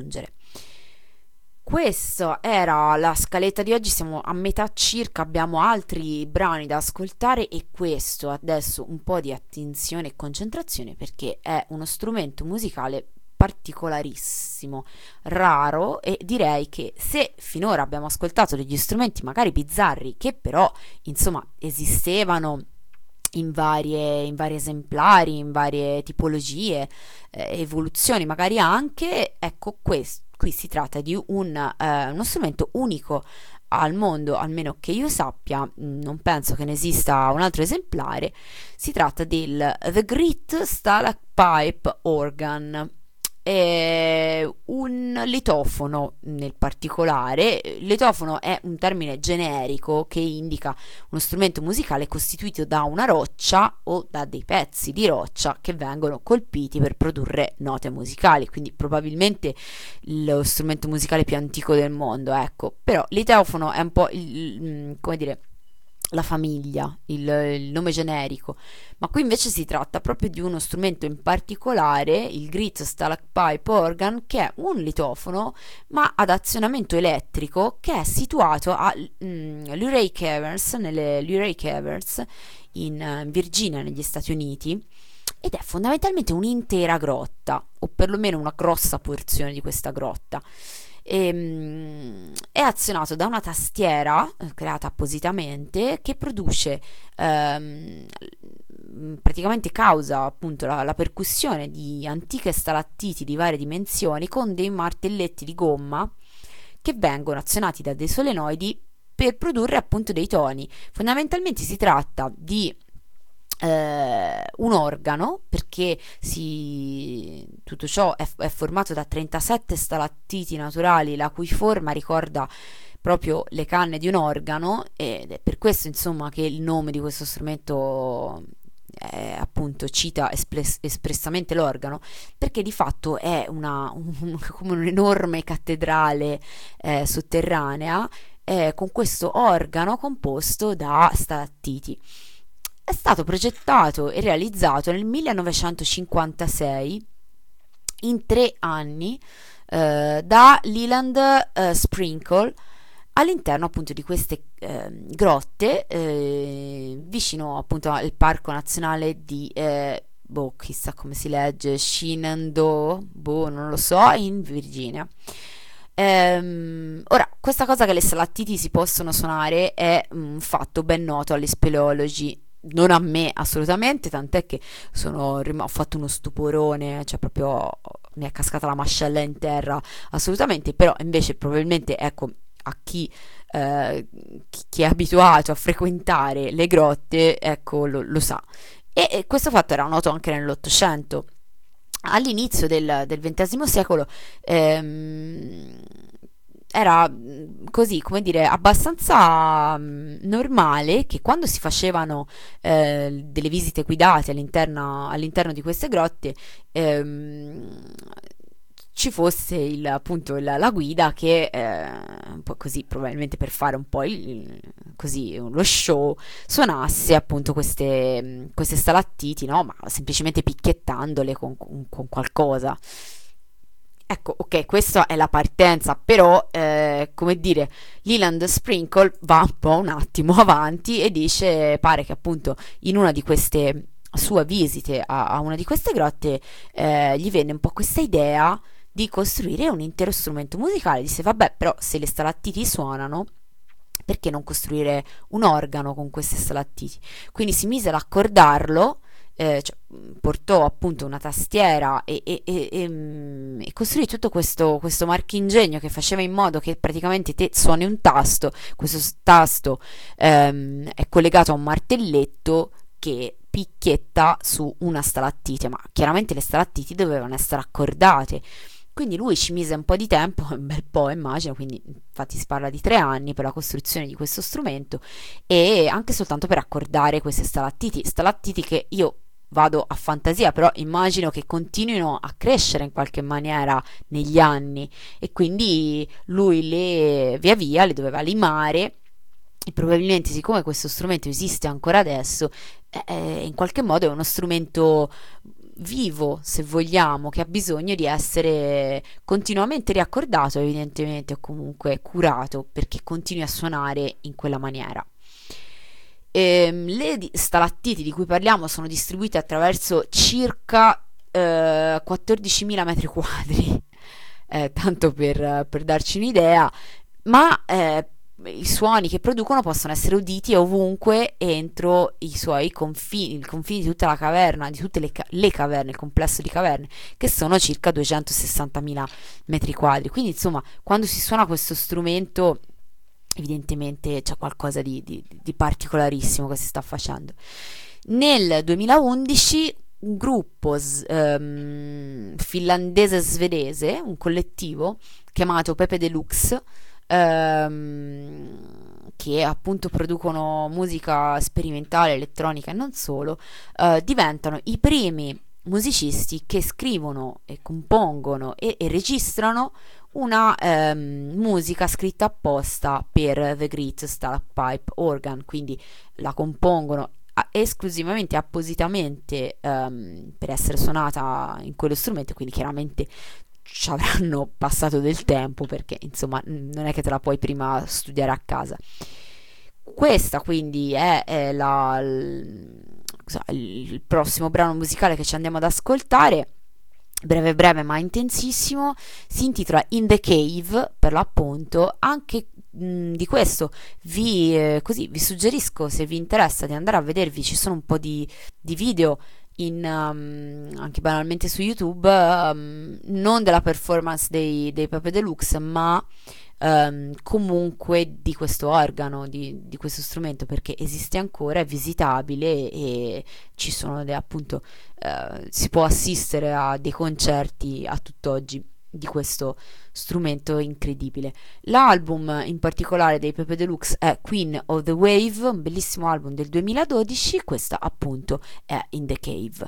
Questa era la scaletta di oggi, siamo a metà circa, abbiamo altri brani da ascoltare, e questo adesso un po' di attenzione e concentrazione, perché è uno strumento musicale particolarissimo, raro, e direi che se finora abbiamo ascoltato degli strumenti magari bizzarri che però insomma esistevano in vari esemplari, in varie tipologie, evoluzioni magari anche, ecco, qui si tratta di uno strumento unico al mondo, almeno che io sappia, non penso che ne esista un altro esemplare. Si tratta del The Great Stalagpipe Organ, un litofono nel particolare. Litofono è un termine generico che indica uno strumento musicale costituito da una roccia o da dei pezzi di roccia che vengono colpiti per produrre note musicali, quindi probabilmente lo strumento musicale più antico del mondo, ecco. Però litofono è un po' come dire, la famiglia, il nome generico, ma qui invece si tratta proprio di uno strumento in particolare, il Great Stalagpipe Organ, che è un litofono ma ad azionamento elettrico, che è situato a Luray Caverns, nelle Luray Caverns in Virginia, negli Stati Uniti, ed è fondamentalmente un'intera grotta, o perlomeno una grossa porzione di questa grotta. È azionato da una tastiera creata appositamente, che produce praticamente, causa appunto la percussione di antiche stalattiti di varie dimensioni con dei martelletti di gomma che vengono azionati da dei solenoidi per produrre appunto dei toni. Fondamentalmente si tratta di un organo, perché tutto ciò è formato da 37 stalattiti naturali, la cui forma ricorda proprio le canne di un organo, ed è per questo insomma che il nome di questo strumento appunto cita espressamente l'organo, perché di fatto è come un'enorme cattedrale sotterranea, con questo organo composto da stalattiti. È stato progettato e realizzato nel 1956 in 3 anni da Leland Sprinkle, all'interno appunto di queste grotte vicino appunto al Parco Nazionale di chissà come si legge, Shenandoah, non lo so, in Virginia. Ora, questa cosa che le stalattiti si possono suonare è un fatto ben noto agli speleologi, non a me assolutamente, tant'è che ho fatto uno stuporone, cioè proprio mi è cascata la mascella in terra assolutamente, però invece probabilmente, ecco, a chi è abituato a frequentare le grotte, ecco, lo sa. E questo fatto era noto anche nell'Ottocento. All'inizio del XX secolo era così, come dire, abbastanza normale che quando si facevano delle visite guidate all'interno di queste grotte ci fosse appunto la guida che un po' così, probabilmente per fare un po' così lo show, suonasse appunto queste stalattiti, no? Ma semplicemente picchiettandole con qualcosa. Ecco, ok, questa è la partenza, però come dire, Leland Sprinkle va un attimo avanti e dice, pare che appunto in una di queste sue visite a una di queste grotte gli venne un po' questa idea di costruire un intero strumento musicale. Disse, vabbè, però se le stalattiti suonano, perché non costruire un organo con queste stalattiti? Quindi si mise ad accordarlo portò appunto una tastiera e costruì tutto questo marchingegno che faceva in modo che praticamente te suoni un tasto, questo tasto è collegato a un martelletto che picchietta su una stalattite, ma chiaramente le stalattiti dovevano essere accordate. Quindi lui ci mise un po' di tempo, un bel po' immagino, quindi infatti si parla di 3 anni per la costruzione di questo strumento e anche soltanto per accordare queste stalattiti che io vado a fantasia, però immagino che continuino a crescere in qualche maniera negli anni e quindi lui le via via le doveva limare e probabilmente siccome questo strumento esiste ancora adesso, in qualche modo è uno strumento vivo, se vogliamo, che ha bisogno di essere continuamente riaccordato, evidentemente, o comunque curato perché continui a suonare in quella maniera. Le stalattiti di cui parliamo sono distribuite attraverso circa 14.000 metri quadri, tanto per darci un'idea, ma i suoni che producono possono essere uditi ovunque entro i suoi confini, il confine di tutta la caverna, di tutte le caverne, il complesso di caverne, che sono circa 260.000 metri quadri. Quindi, insomma, quando si suona questo strumento, evidentemente c'è qualcosa di particolarissimo che si sta facendo. Nel 2011 un gruppo finlandese-svedese, un collettivo chiamato Pepe Deluxe, che appunto producono musica sperimentale, elettronica e non solo, diventano i primi musicisti che scrivono e compongono e registrano una musica scritta apposta per The Great Stagpipe Organ, quindi la compongono esclusivamente, appositamente per essere suonata in quello strumento, quindi chiaramente ci avranno passato del tempo perché insomma non è che te la puoi prima studiare a casa. Questa quindi è il prossimo brano musicale che ci andiamo ad ascoltare, breve breve ma intensissimo, si intitola In the Cave per l'appunto. Anche di questo vi suggerisco, se vi interessa, di andare a vedervi, ci sono un po' di video anche banalmente su YouTube, non della performance dei Pepe Deluxe, ma comunque di questo organo, di questo strumento, perché esiste ancora, è visitabile e ci sono appunto si può assistere a dei concerti a tutt'oggi di questo strumento incredibile. L'album in particolare dei Pepe Deluxe è Queen of the Wave, un bellissimo album del 2012, questa appunto è In the Cave.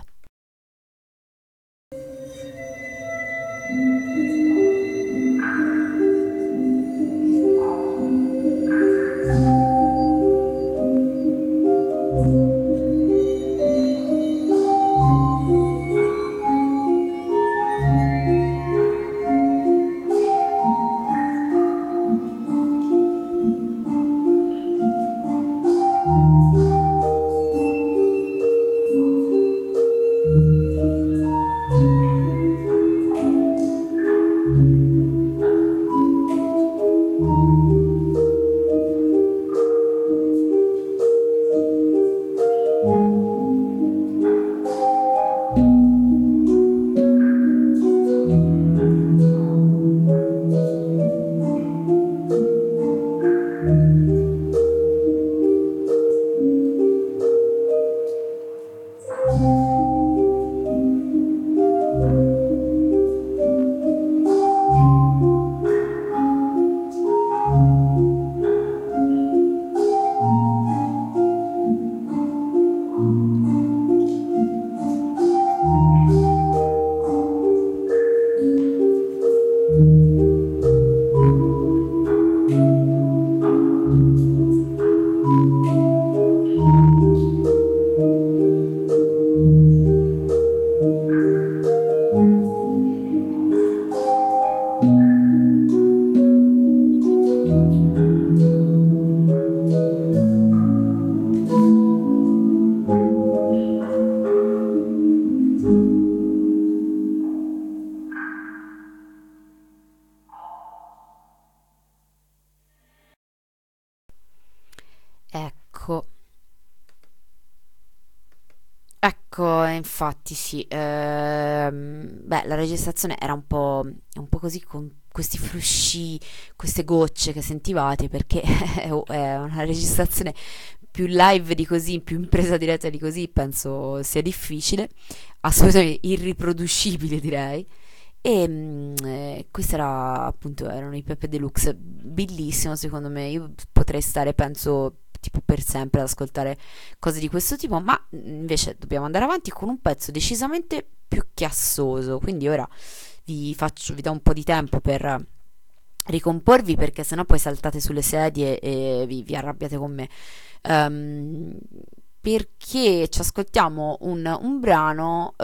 Ecco, infatti sì, beh, la registrazione era un po' così con questi frusci, queste gocce che sentivate, perché è una registrazione più live di così, più in presa diretta di così, penso sia difficile, assolutamente irriproducibile direi. E questo era appunto, erano i Pepe Deluxe, bellissimo secondo me, io potrei stare penso tipo per sempre ad ascoltare cose di questo tipo, ma invece dobbiamo andare avanti con un pezzo decisamente più chiassoso, quindi ora vi do un po' di tempo per ricomporvi perché sennò poi saltate sulle sedie e vi arrabbiate con me. Ehm, Perché ci ascoltiamo un brano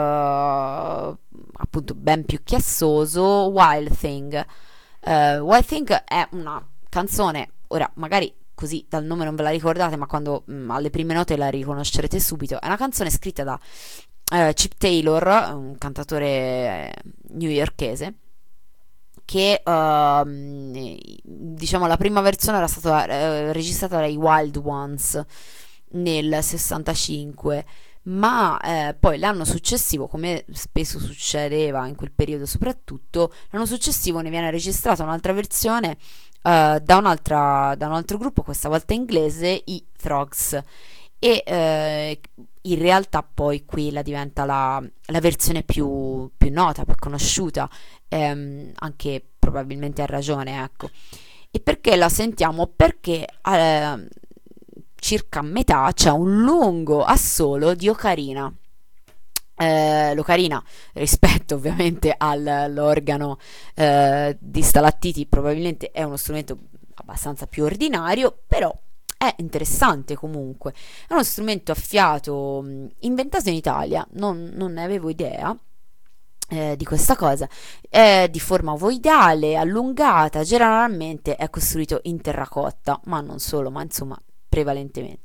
appunto ben più chiassoso, Wild Thing. Wild Thing è una canzone, ora magari così dal nome non ve la ricordate, ma quando alle prime note la riconoscerete subito. È una canzone scritta da Chip Taylor, un cantatore newyorkese, che diciamo la prima versione era stata registrata dai Wild Ones nel 65, ma poi l'anno successivo, come spesso succedeva in quel periodo soprattutto, l'anno successivo ne viene registrata un'altra versione da un altro gruppo, questa volta inglese, i Throgs, e in realtà poi quella diventa la versione più nota, più conosciuta, anche probabilmente a ragione, ecco. E perché la sentiamo? Perché circa a metà c'è un lungo assolo di ocarina. L'ocarina, rispetto ovviamente all'organo di stalattiti, probabilmente è uno strumento abbastanza più ordinario, però è interessante comunque. È uno strumento a fiato inventato in Italia, non ne avevo idea di questa cosa. È di forma ovoidale, allungata, generalmente è costruito in terracotta, ma non solo, ma insomma prevalentemente.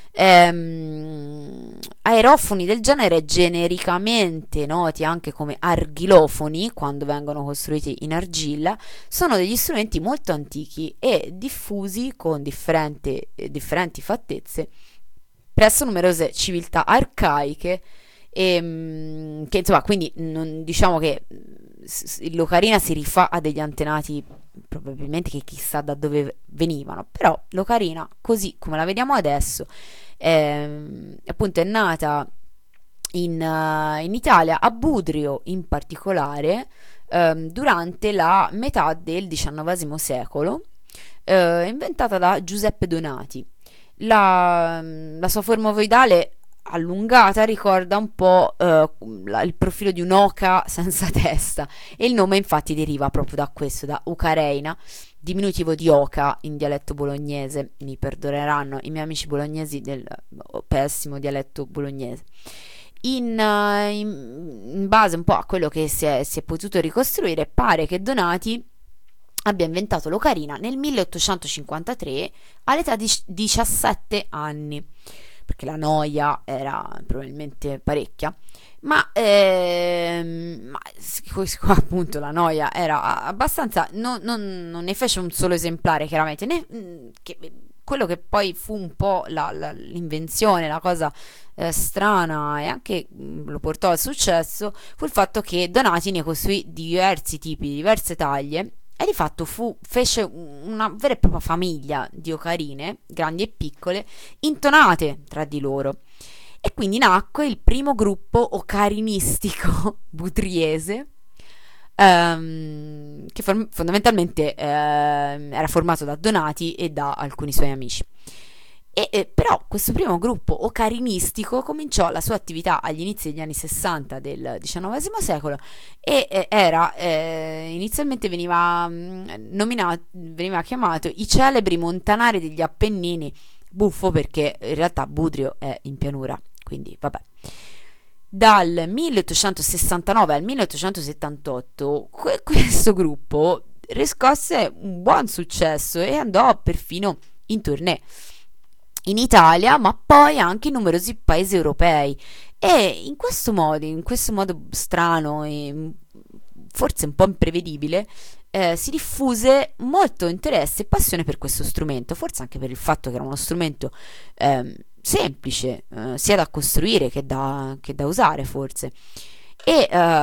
Aerofoni del genere, genericamente noti anche come arghilofoni quando vengono costruiti in argilla, sono degli strumenti molto antichi e diffusi con differenti fattezze presso numerose civiltà arcaiche, che insomma, quindi diciamo che l'ocarina si rifà a degli antenati probabilmente che chissà da dove venivano, però l'ocarina così come la vediamo adesso appunto è nata in Italia, a Budrio in particolare, durante la metà del XIX secolo, inventata da Giuseppe Donati. La sua forma ovoidale allungata ricorda un po' il profilo di un'oca senza testa, e il nome infatti deriva proprio da questo, da Ucareina, diminutivo di oca in dialetto bolognese. Mi perdoneranno i miei amici bolognesi del pessimo dialetto bolognese. In base un po' a quello che si è potuto ricostruire, pare che Donati abbia inventato l'ocarina nel 1853 all'età di 17 anni, perché la noia era probabilmente parecchia, ma appunto la noia era abbastanza, non ne fece un solo esemplare chiaramente, quello che poi fu un po' l'invenzione, la cosa strana, e anche lo portò al successo, fu il fatto che Donati ne costruì diversi tipi, diverse taglie, e di fatto fece una vera e propria famiglia di ocarine, grandi e piccole, intonate tra di loro. E quindi nacque il primo gruppo ocarinistico budriese, che fondamentalmente era formato da Donati e da alcuni suoi amici. Però questo primo gruppo ocarinistico cominciò la sua attività agli inizi degli anni 60 del XIX secolo e inizialmente veniva chiamato i celebri montanari degli Appennini. Buffo, perché in realtà Budrio è in pianura, quindi vabbè. Dal 1869 al 1878 questo gruppo riscosse un buon successo e andò perfino in tournée in Italia, ma poi anche in numerosi paesi europei, e in questo modo strano e forse un po' imprevedibile, si diffuse molto interesse e passione per questo strumento, forse anche per il fatto che era uno strumento semplice, sia da costruire che da usare forse. E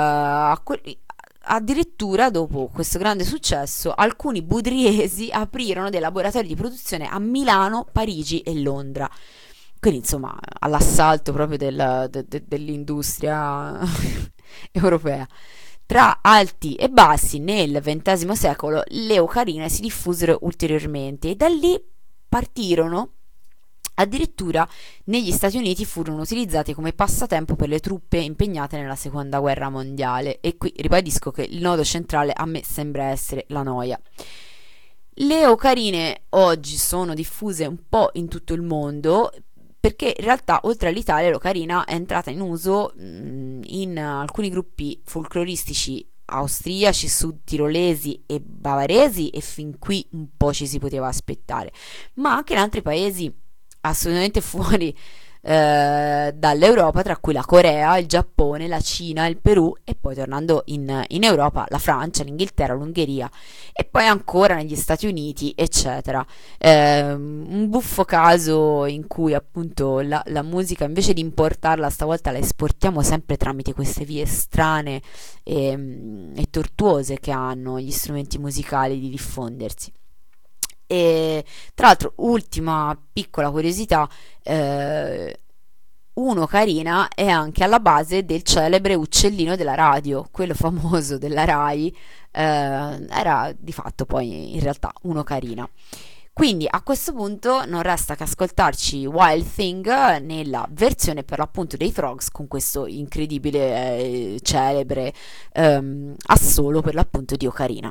addirittura dopo questo grande successo alcuni budriesi aprirono dei laboratori di produzione a Milano, Parigi e Londra, quindi insomma all'assalto proprio dell'industria europea. Tra alti e bassi nel XX secolo le ocarine si diffusero ulteriormente e da lì partirono. Addirittura negli Stati Uniti furono utilizzati come passatempo per le truppe impegnate nella seconda guerra mondiale, e qui ribadisco che il nodo centrale a me sembra essere la noia. Le ocarine oggi sono diffuse un po' in tutto il mondo, perché in realtà oltre all'Italia l'ocarina è entrata in uso in alcuni gruppi folcloristici austriaci, sudtirolesi e bavaresi, e fin qui un po' ci si poteva aspettare, ma anche in altri paesi assolutamente fuori dall'Europa, tra cui la Corea, il Giappone, la Cina, il Perù, e poi tornando in Europa la Francia, l'Inghilterra, l'Ungheria e poi ancora negli Stati Uniti, eccetera. Un buffo caso in cui appunto la musica, invece di importarla, stavolta la esportiamo sempre tramite queste vie strane e tortuose che hanno gli strumenti musicali di diffondersi. E tra l'altro, ultima piccola curiosità, un'ocarina è anche alla base del celebre uccellino della radio, quello famoso della Rai, era di fatto poi in realtà un'ocarina. Quindi a questo punto non resta che ascoltarci Wild Thing nella versione per l'appunto dei Frogs, con questo incredibile celebre assolo per l'appunto di ocarina.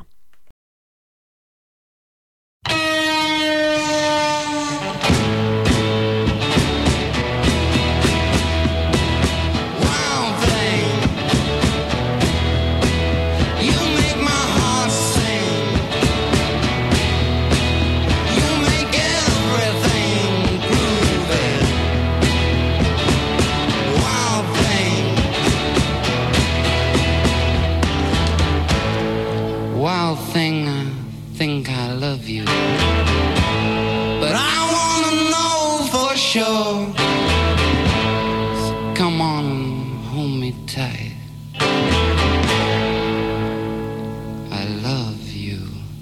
Wild thing, I think I love you, but I wanna know for sure. So come on and hold me tight. I love you.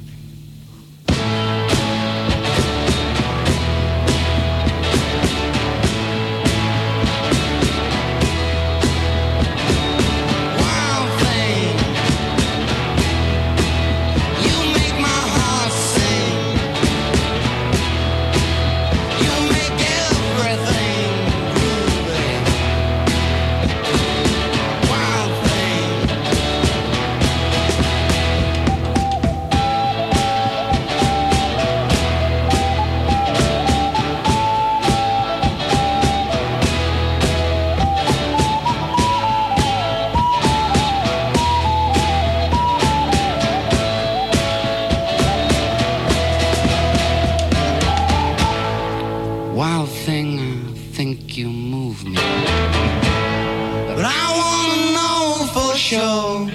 Wild thing, I think you move me, but I wanna know for sure.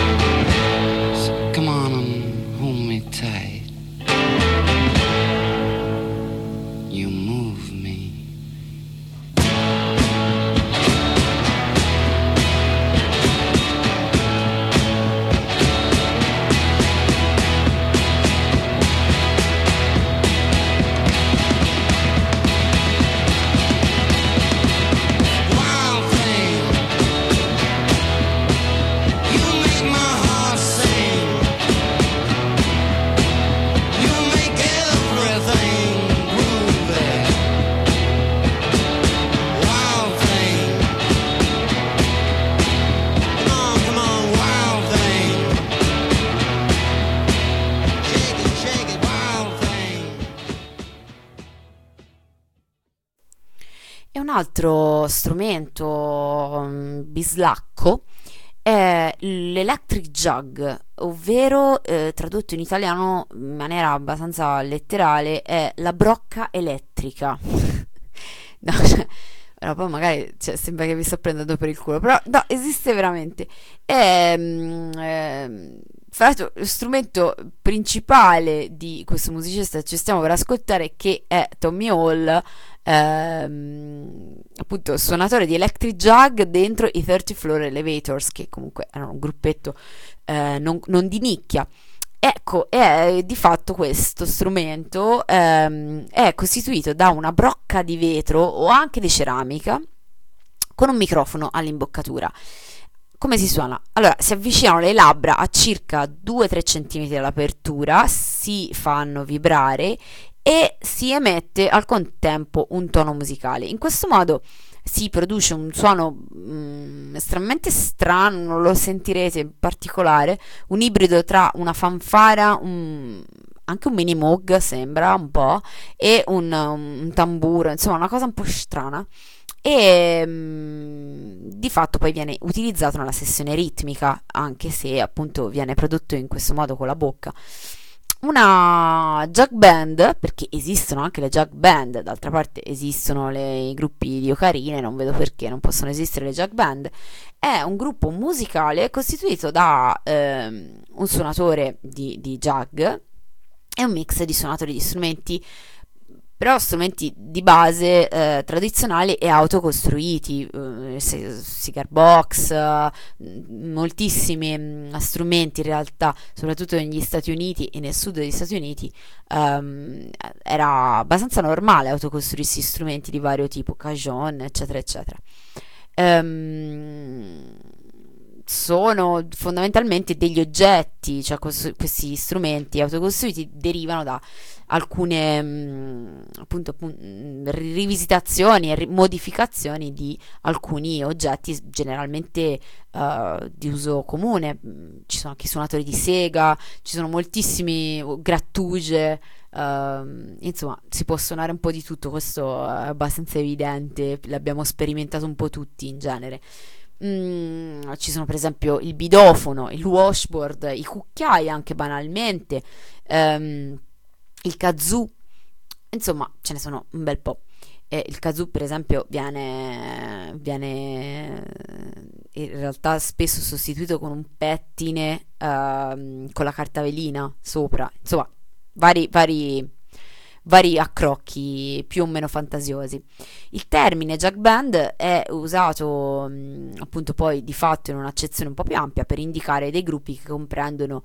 So come on and hold me tight. You move me. Un altro strumento bislacco è l'electric jug, ovvero tradotto in italiano in maniera abbastanza letterale è la brocca elettrica. No, Però poi magari sembra che vi sto prendendo per il culo, però no, esiste veramente. Fra l'altro, lo strumento principale di questo musicista che ci stiamo per ascoltare, che è Tommy Hall, appunto suonatore di electric jug dentro i 30 Floor Elevators, che comunque erano un gruppetto non di nicchia. Ecco, è di fatto questo strumento è costituito da una brocca di vetro o anche di ceramica con un microfono all'imboccatura. Come si suona? Allora, si avvicinano le labbra a circa 2-3 cm dall'apertura, si fanno vibrare e si emette al contempo un tono musicale. In questo modo si produce un suono estremamente strano, non lo sentirete in particolare, un ibrido tra una fanfara, anche un mini moog sembra un po', e un tamburo, insomma una cosa un po' strana. E di fatto poi viene utilizzato nella sessione ritmica, anche se appunto viene prodotto in questo modo con la bocca. Una jug band, perché esistono anche le jug band, d'altra parte esistono i gruppi di ocarine, non vedo perché non possono esistere le jug band, è un gruppo musicale costituito da un suonatore di jug e un mix di suonatori di strumenti, però strumenti di base tradizionali e autocostruiti, cigar box, moltissimi strumenti in realtà, soprattutto negli Stati Uniti e nel sud degli Stati Uniti, era abbastanza normale autocostruirsi strumenti di vario tipo, cajon, eccetera, eccetera. Sono fondamentalmente degli oggetti, cioè questi strumenti autocostruiti derivano da alcune appunto rivisitazioni e modificazioni di alcuni oggetti generalmente di uso comune. Ci sono anche i suonatori di sega, ci sono moltissimi grattugie, insomma si può suonare un po' di tutto, questo è abbastanza evidente, l'abbiamo sperimentato un po' tutti in genere. Ci sono per esempio il bidofono, il washboard, i cucchiai anche banalmente, il kazoo, insomma ce ne sono un bel po'. Il kazoo per esempio viene in realtà spesso sostituito con un pettine con la carta velina sopra, insomma vari accrocchi più o meno fantasiosi. Il termine jug band è usato appunto poi di fatto in un'accezione un po' più ampia per indicare dei gruppi che comprendono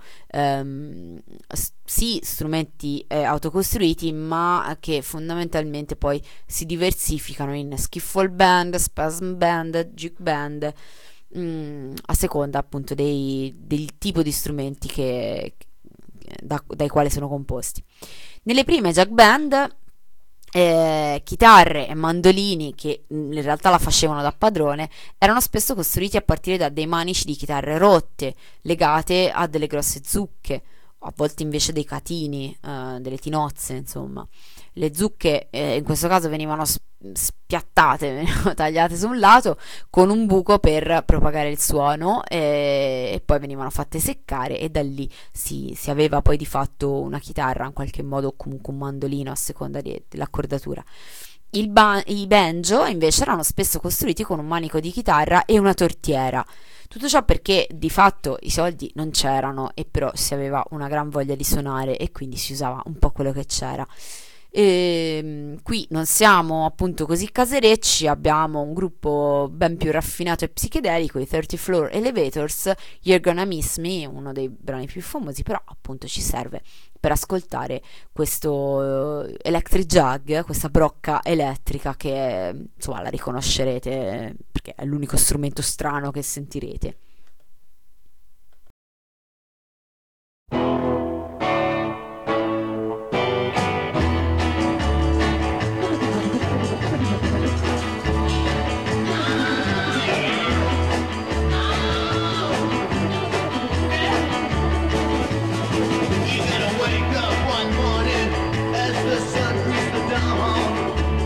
sì strumenti autocostruiti, ma che fondamentalmente poi si diversificano in skiffle band, spasm band, juke band, a seconda appunto del tipo di strumenti dai quali sono composti. Nelle prime jug band chitarre e mandolini, che in realtà la facevano da padrone, erano spesso costruiti a partire da dei manici di chitarre rotte legate a delle grosse zucche, a volte invece dei catini, delle tinozze, insomma. Le zucche in questo caso venivano spiattate, venivano tagliate su un lato con un buco per propagare il suono, e poi venivano fatte seccare, e da lì si aveva poi di fatto una chitarra in qualche modo, o comunque un mandolino a seconda dell'accordatura. I banjo invece erano spesso costruiti con un manico di chitarra e una tortiera. Tutto ciò perché di fatto i soldi non c'erano, e però si aveva una gran voglia di suonare e quindi si usava un po' quello che c'era. Qui non siamo appunto così caserecci, abbiamo un gruppo ben più raffinato e psichedelico, i 30 Floor Elevators, You're Gonna Miss Me, uno dei brani più famosi, però appunto ci serve per ascoltare questo electric jug, questa brocca elettrica che insomma la riconoscerete perché è l'unico strumento strano che sentirete.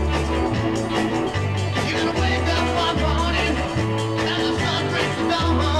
Come on.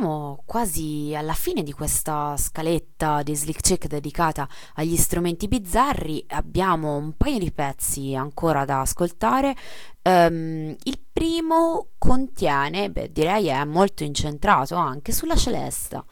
siamo quasi alla fine di questa scaletta di Slick Chick dedicata agli strumenti bizzarri. Abbiamo un paio di pezzi ancora da ascoltare. Il primo contiene, direi è molto incentrato anche sulla celesta.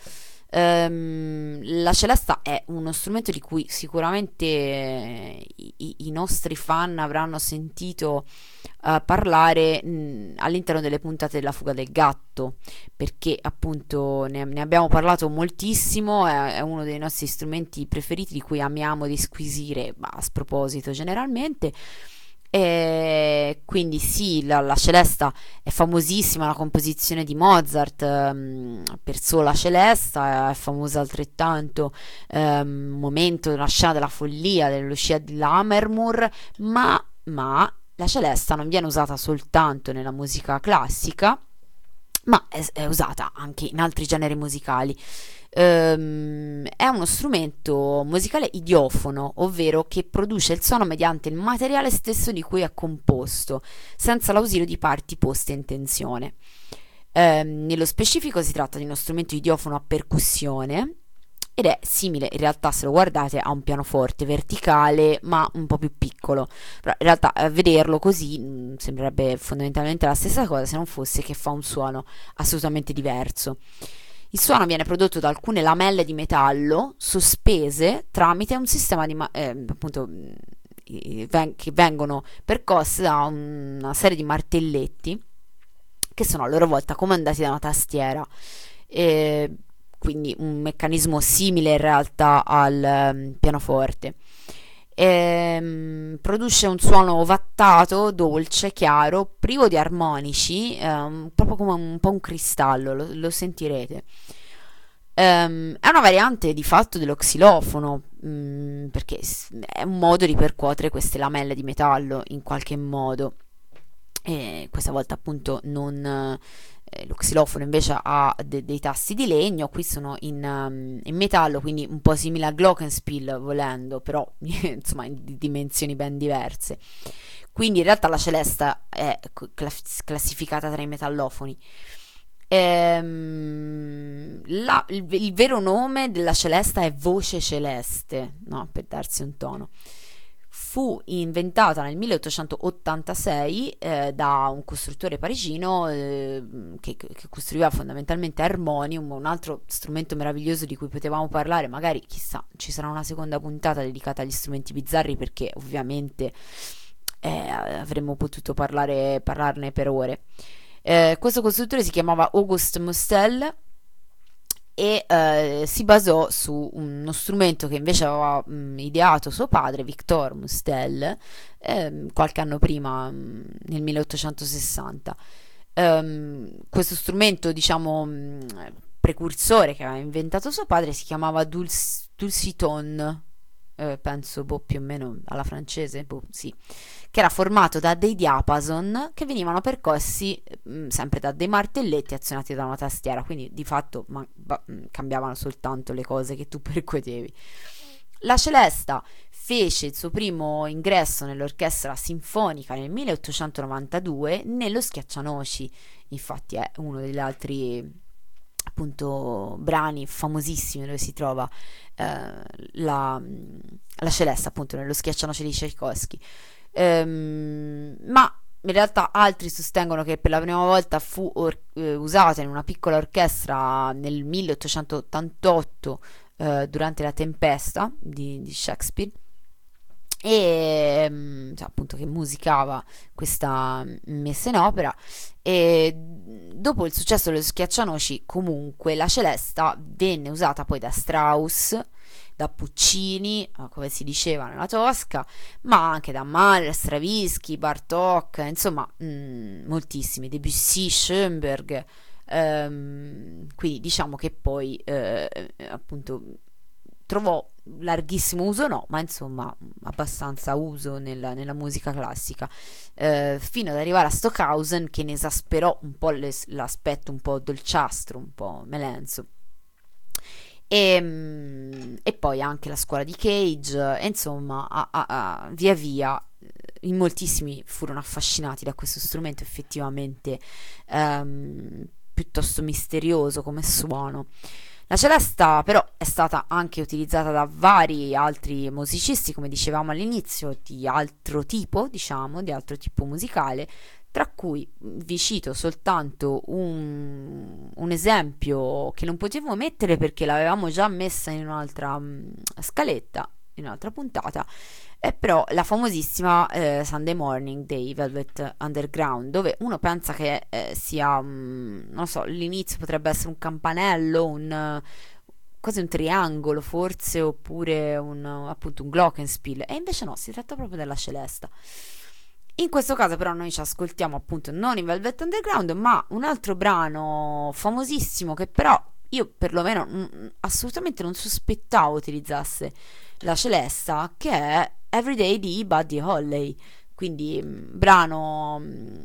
La celesta è uno strumento di cui sicuramente i nostri fan avranno sentito parlare all'interno delle puntate della Fuga del Gatto, perché appunto ne abbiamo parlato moltissimo, è uno dei nostri strumenti preferiti di cui amiamo disquisire a sproposito generalmente. E quindi sì, la celesta è famosissima, la composizione di Mozart per sola celesta è famosa altrettanto, momento, una scena della follia della Lucia di Lammermoor, ma la celesta non viene usata soltanto nella musica classica, ma è usata anche in altri generi musicali. È uno strumento musicale idiofono, ovvero che produce il suono mediante il materiale stesso di cui è composto, senza l'ausilio di parti poste in tensione. Nello specifico si tratta di uno strumento idiofono a percussione ed è simile in realtà, se lo guardate, a un pianoforte verticale ma un po' più piccolo. Però in realtà a vederlo così sembrerebbe fondamentalmente la stessa cosa, se non fosse che fa un suono assolutamente diverso. Il suono viene prodotto da alcune lamelle di metallo sospese tramite un sistema di appunto che vengono percosse da una serie di martelletti che sono a loro volta comandati da una tastiera. Quindi un meccanismo simile in realtà al pianoforte. Produce un suono ovattato, dolce, chiaro, privo di armonici, proprio come un po' un cristallo, lo sentirete. È una variante di fatto dello xilofono, perché è un modo di percuotere queste lamelle di metallo in qualche modo. E questa volta appunto non lo xilofono invece ha dei tasti di legno, qui sono in metallo, quindi un po' simile a glockenspiel volendo, però insomma di dimensioni ben diverse. Quindi in realtà la celesta è classificata tra i metallofoni. Il vero nome della celesta è voce celeste, no? Per darsi un tono. Fu inventata nel 1886 da un costruttore parigino che costruiva fondamentalmente armonium, un altro strumento meraviglioso di cui potevamo parlare, magari chissà ci sarà una seconda puntata dedicata agli strumenti bizzarri, perché ovviamente avremmo potuto parlarne per ore. Questo costruttore si chiamava Auguste Mustel e si basò su uno strumento che invece aveva ideato suo padre, Victor Mustel, qualche anno prima, nel 1860. Questo strumento, diciamo, precursore che aveva inventato suo padre si chiamava dulciton, penso più o meno alla francese, sì, che era formato da dei diapason che venivano percossi sempre da dei martelletti azionati da una tastiera, quindi di fatto cambiavano soltanto le cose che tu percuotevi. La celesta fece il suo primo ingresso nell'orchestra sinfonica nel 1892 nello Schiaccianoci, infatti è uno degli altri appunto brani famosissimi dove si trova la celesta, appunto nello Schiaccianoci di Tchaikovsky. Ma in realtà altri sostengono che per la prima volta fu usata in una piccola orchestra nel 1888 durante la Tempesta di Shakespeare, e appunto che musicava questa messa in opera. E dopo il successo dello Schiaccianoci, comunque la celesta venne usata poi da Strauss, da Puccini, come si diceva nella Tosca, ma anche da Mahler, Stravinsky, Bartók, insomma moltissimi, Debussy, Schoenberg. Quindi diciamo che poi appunto trovò larghissimo uso, no, ma insomma abbastanza uso nella musica classica, fino ad arrivare a Stockhausen, che ne esasperò un po' l'aspetto un po' dolciastro, un po' melenso. E poi anche la scuola di Cage, e insomma via via in moltissimi furono affascinati da questo strumento effettivamente piuttosto misterioso come suono. La celesta però è stata anche utilizzata da vari altri musicisti, come dicevamo all'inizio, di altro tipo, diciamo, di altro tipo musicale, tra cui vi cito soltanto un esempio che non potevo mettere perché l'avevamo già messa in un'altra scaletta, in un'altra puntata, è però la famosissima Sunday Morning dei Velvet Underground, dove uno pensa che sia, non so, l'inizio potrebbe essere un campanello, quasi un triangolo forse, oppure appunto un glockenspiel, e invece no, si tratta proprio della celesta. In questo caso però noi ci ascoltiamo appunto non i Velvet Underground, ma un altro brano famosissimo che però io perlomeno assolutamente non sospettavo utilizzasse la celesta, che è Everyday di Buddy Holly. Quindi brano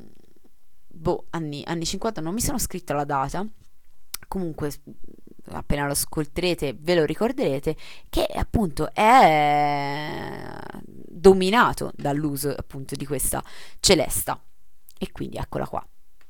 anni 50, non mi sono scritta la data, comunque appena lo ascolterete ve lo ricorderete, che appunto è dominato dall'uso appunto di questa celesta, e quindi eccola qua.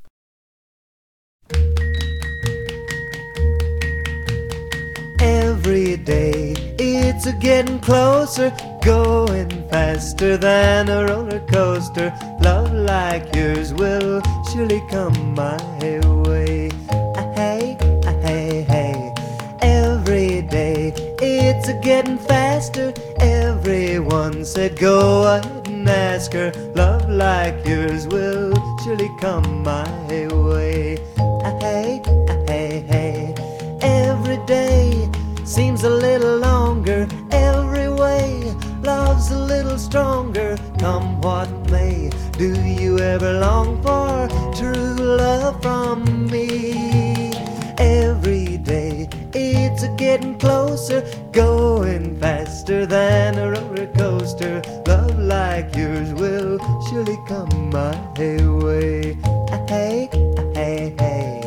Every day it's a getting closer, going faster than a roller coaster. Love like yours will surely come my way. Hey, hey, hey. Every day it's a getting faster. Everyone said go ahead and ask her. Love like yours will surely come my way. Hey, hey, hey. Every day seems a little longer, every way love's a little stronger. Come what may, do you ever long for true love from me? Every day it's a getting closer, going faster than a roller coaster. Love like yours will surely come my way. Hey, hey, hey.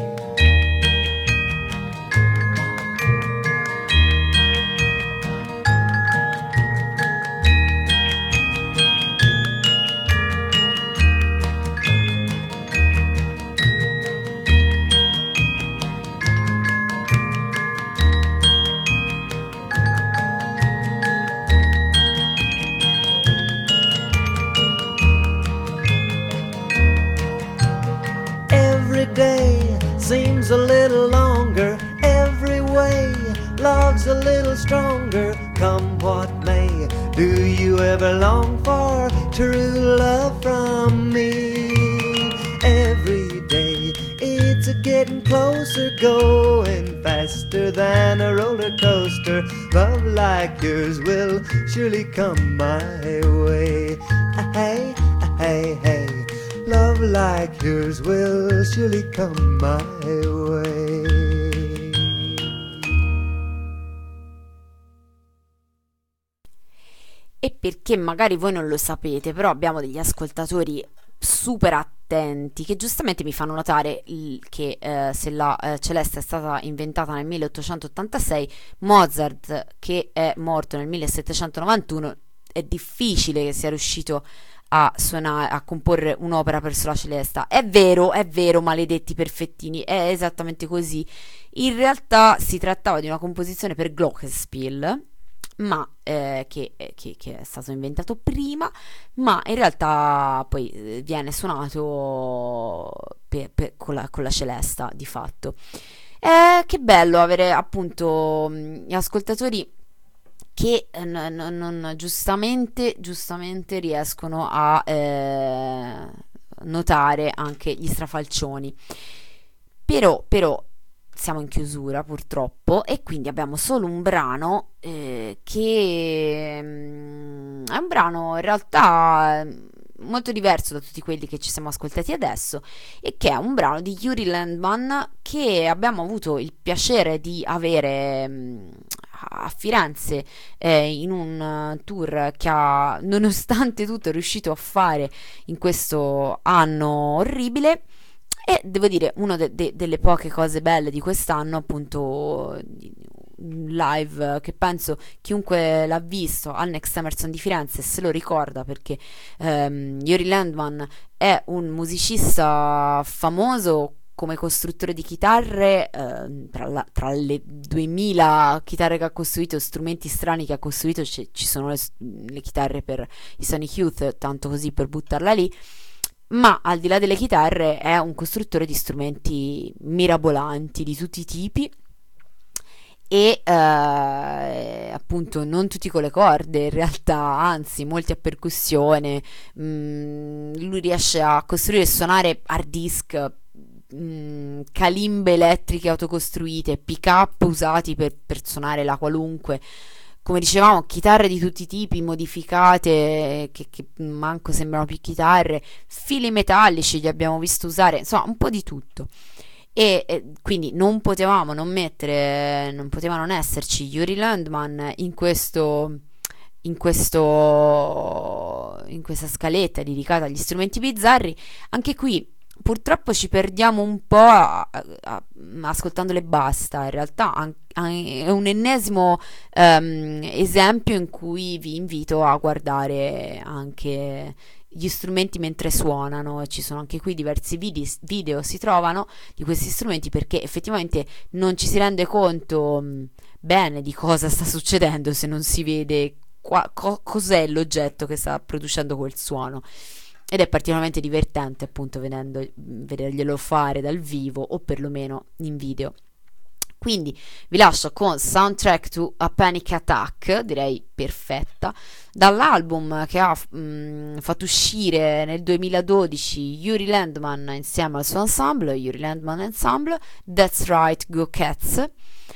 Seems a little longer, every way love's a little stronger. Come what may, do you ever long for true love from me? Every day it's a getting closer, going faster than a roller coaster. Love like yours will surely come my way. Hey, hey, hey. Love like yours will surely come my way. E perché magari voi non lo sapete, però abbiamo degli ascoltatori super attenti che giustamente mi fanno notare che se la celesta è stata inventata nel 1886, Mozart, che è morto nel 1791, è difficile che sia riuscito a suonare, a comporre un'opera per sola celesta. È vero, maledetti perfettini, è esattamente così. In realtà si trattava di una composizione per glockenspiel, ma che è stato inventato prima, ma in realtà poi viene suonato con la celesta di fatto. Che bello avere appunto gli ascoltatori che non giustamente riescono a notare anche gli strafalcioni. Però siamo in chiusura purtroppo, e quindi abbiamo solo un brano che è un brano in realtà molto diverso da tutti quelli che ci siamo ascoltati adesso, e che è un brano di Yuri Landman che abbiamo avuto il piacere di avere a Firenze in un tour che ha, nonostante tutto, è riuscito a fare in questo anno orribile. E devo dire, una delle poche cose belle di quest'anno, appunto, un live che penso chiunque l'ha visto al Next Emerson di Firenze se lo ricorda, perché Yuri Landman è un musicista famoso come costruttore di chitarre, tra le 2000 chitarre che ha costruito, strumenti strani che ha costruito, ci sono le chitarre per i Sonic Youth, tanto così per buttarla lì. Ma al di là delle chitarre è un costruttore di strumenti mirabolanti di tutti i tipi, e appunto non tutti con le corde in realtà, anzi molti a percussione. Lui riesce a costruire e suonare hard disk, calimbe elettriche autocostruite, pick up usati per suonare la qualunque, come dicevamo, chitarre di tutti i tipi modificate che manco sembrano più chitarre, fili metallici li abbiamo visto usare, insomma un po' di tutto. E quindi non potevamo non mettere, non poteva non esserci Yuri Landman in questa scaletta dedicata agli strumenti bizzarri. Anche qui purtroppo ci perdiamo un po' ascoltandole e basta. In realtà è un ennesimo esempio in cui vi invito a guardare anche gli strumenti mentre suonano. Ci sono anche qui diversi video si trovano di questi strumenti, perché effettivamente non ci si rende conto bene di cosa sta succedendo se non si vede cos'è l'oggetto che sta producendo quel suono. Ed è particolarmente divertente appunto vederglielo fare dal vivo, o perlomeno in video. Quindi vi lascio con Soundtrack to a Panic Attack, direi perfetta, dall'album che ha fatto uscire nel 2012 Yuri Landman insieme al suo ensemble, Yuri Landman Ensemble, That's Right, Go Cats.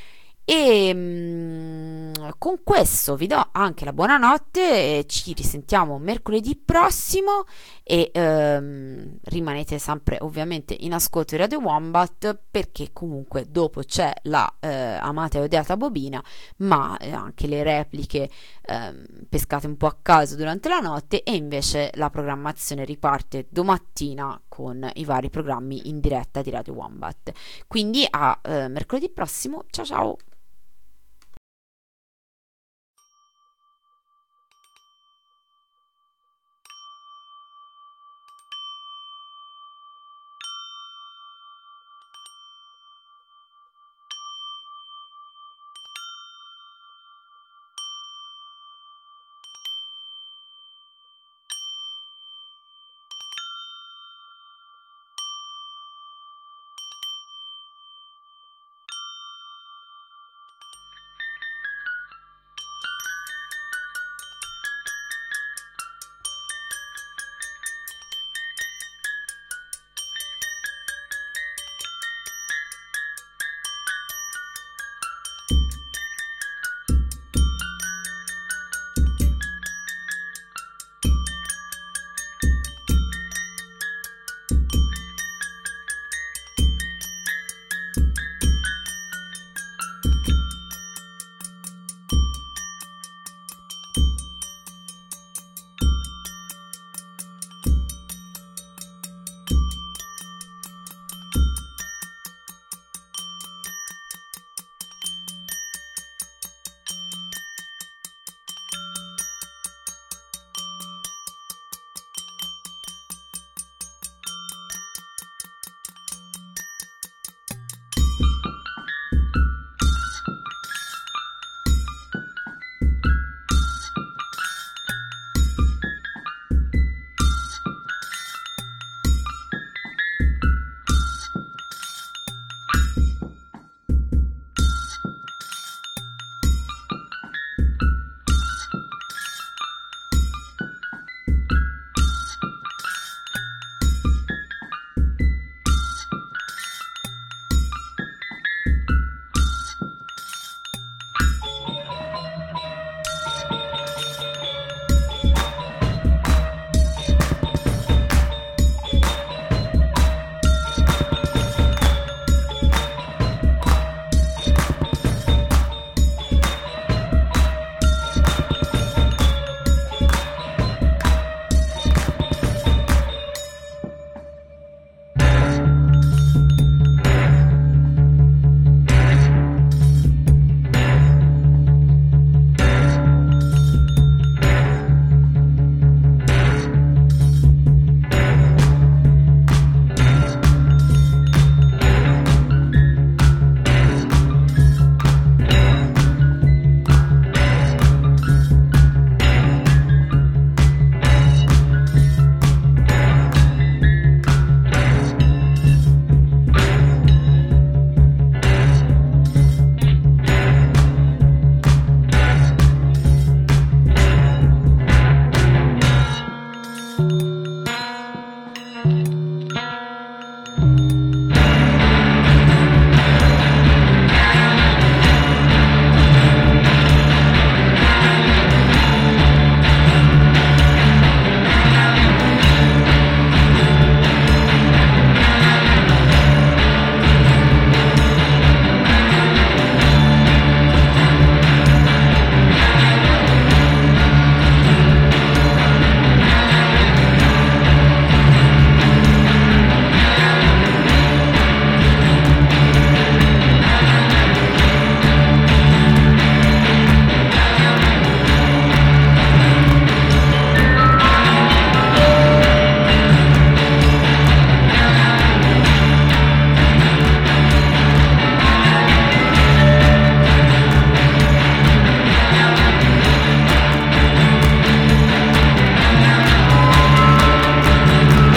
E con questo vi do anche la buonanotte, e ci risentiamo mercoledì prossimo, e rimanete sempre ovviamente in ascolto di Radio Wombat, perché comunque dopo c'è la amata e odiata bobina, ma anche le repliche pescate un po' a caso durante la notte, e invece la programmazione riparte domattina con i vari programmi in diretta di Radio Wombat. Quindi a mercoledì prossimo, ciao ciao!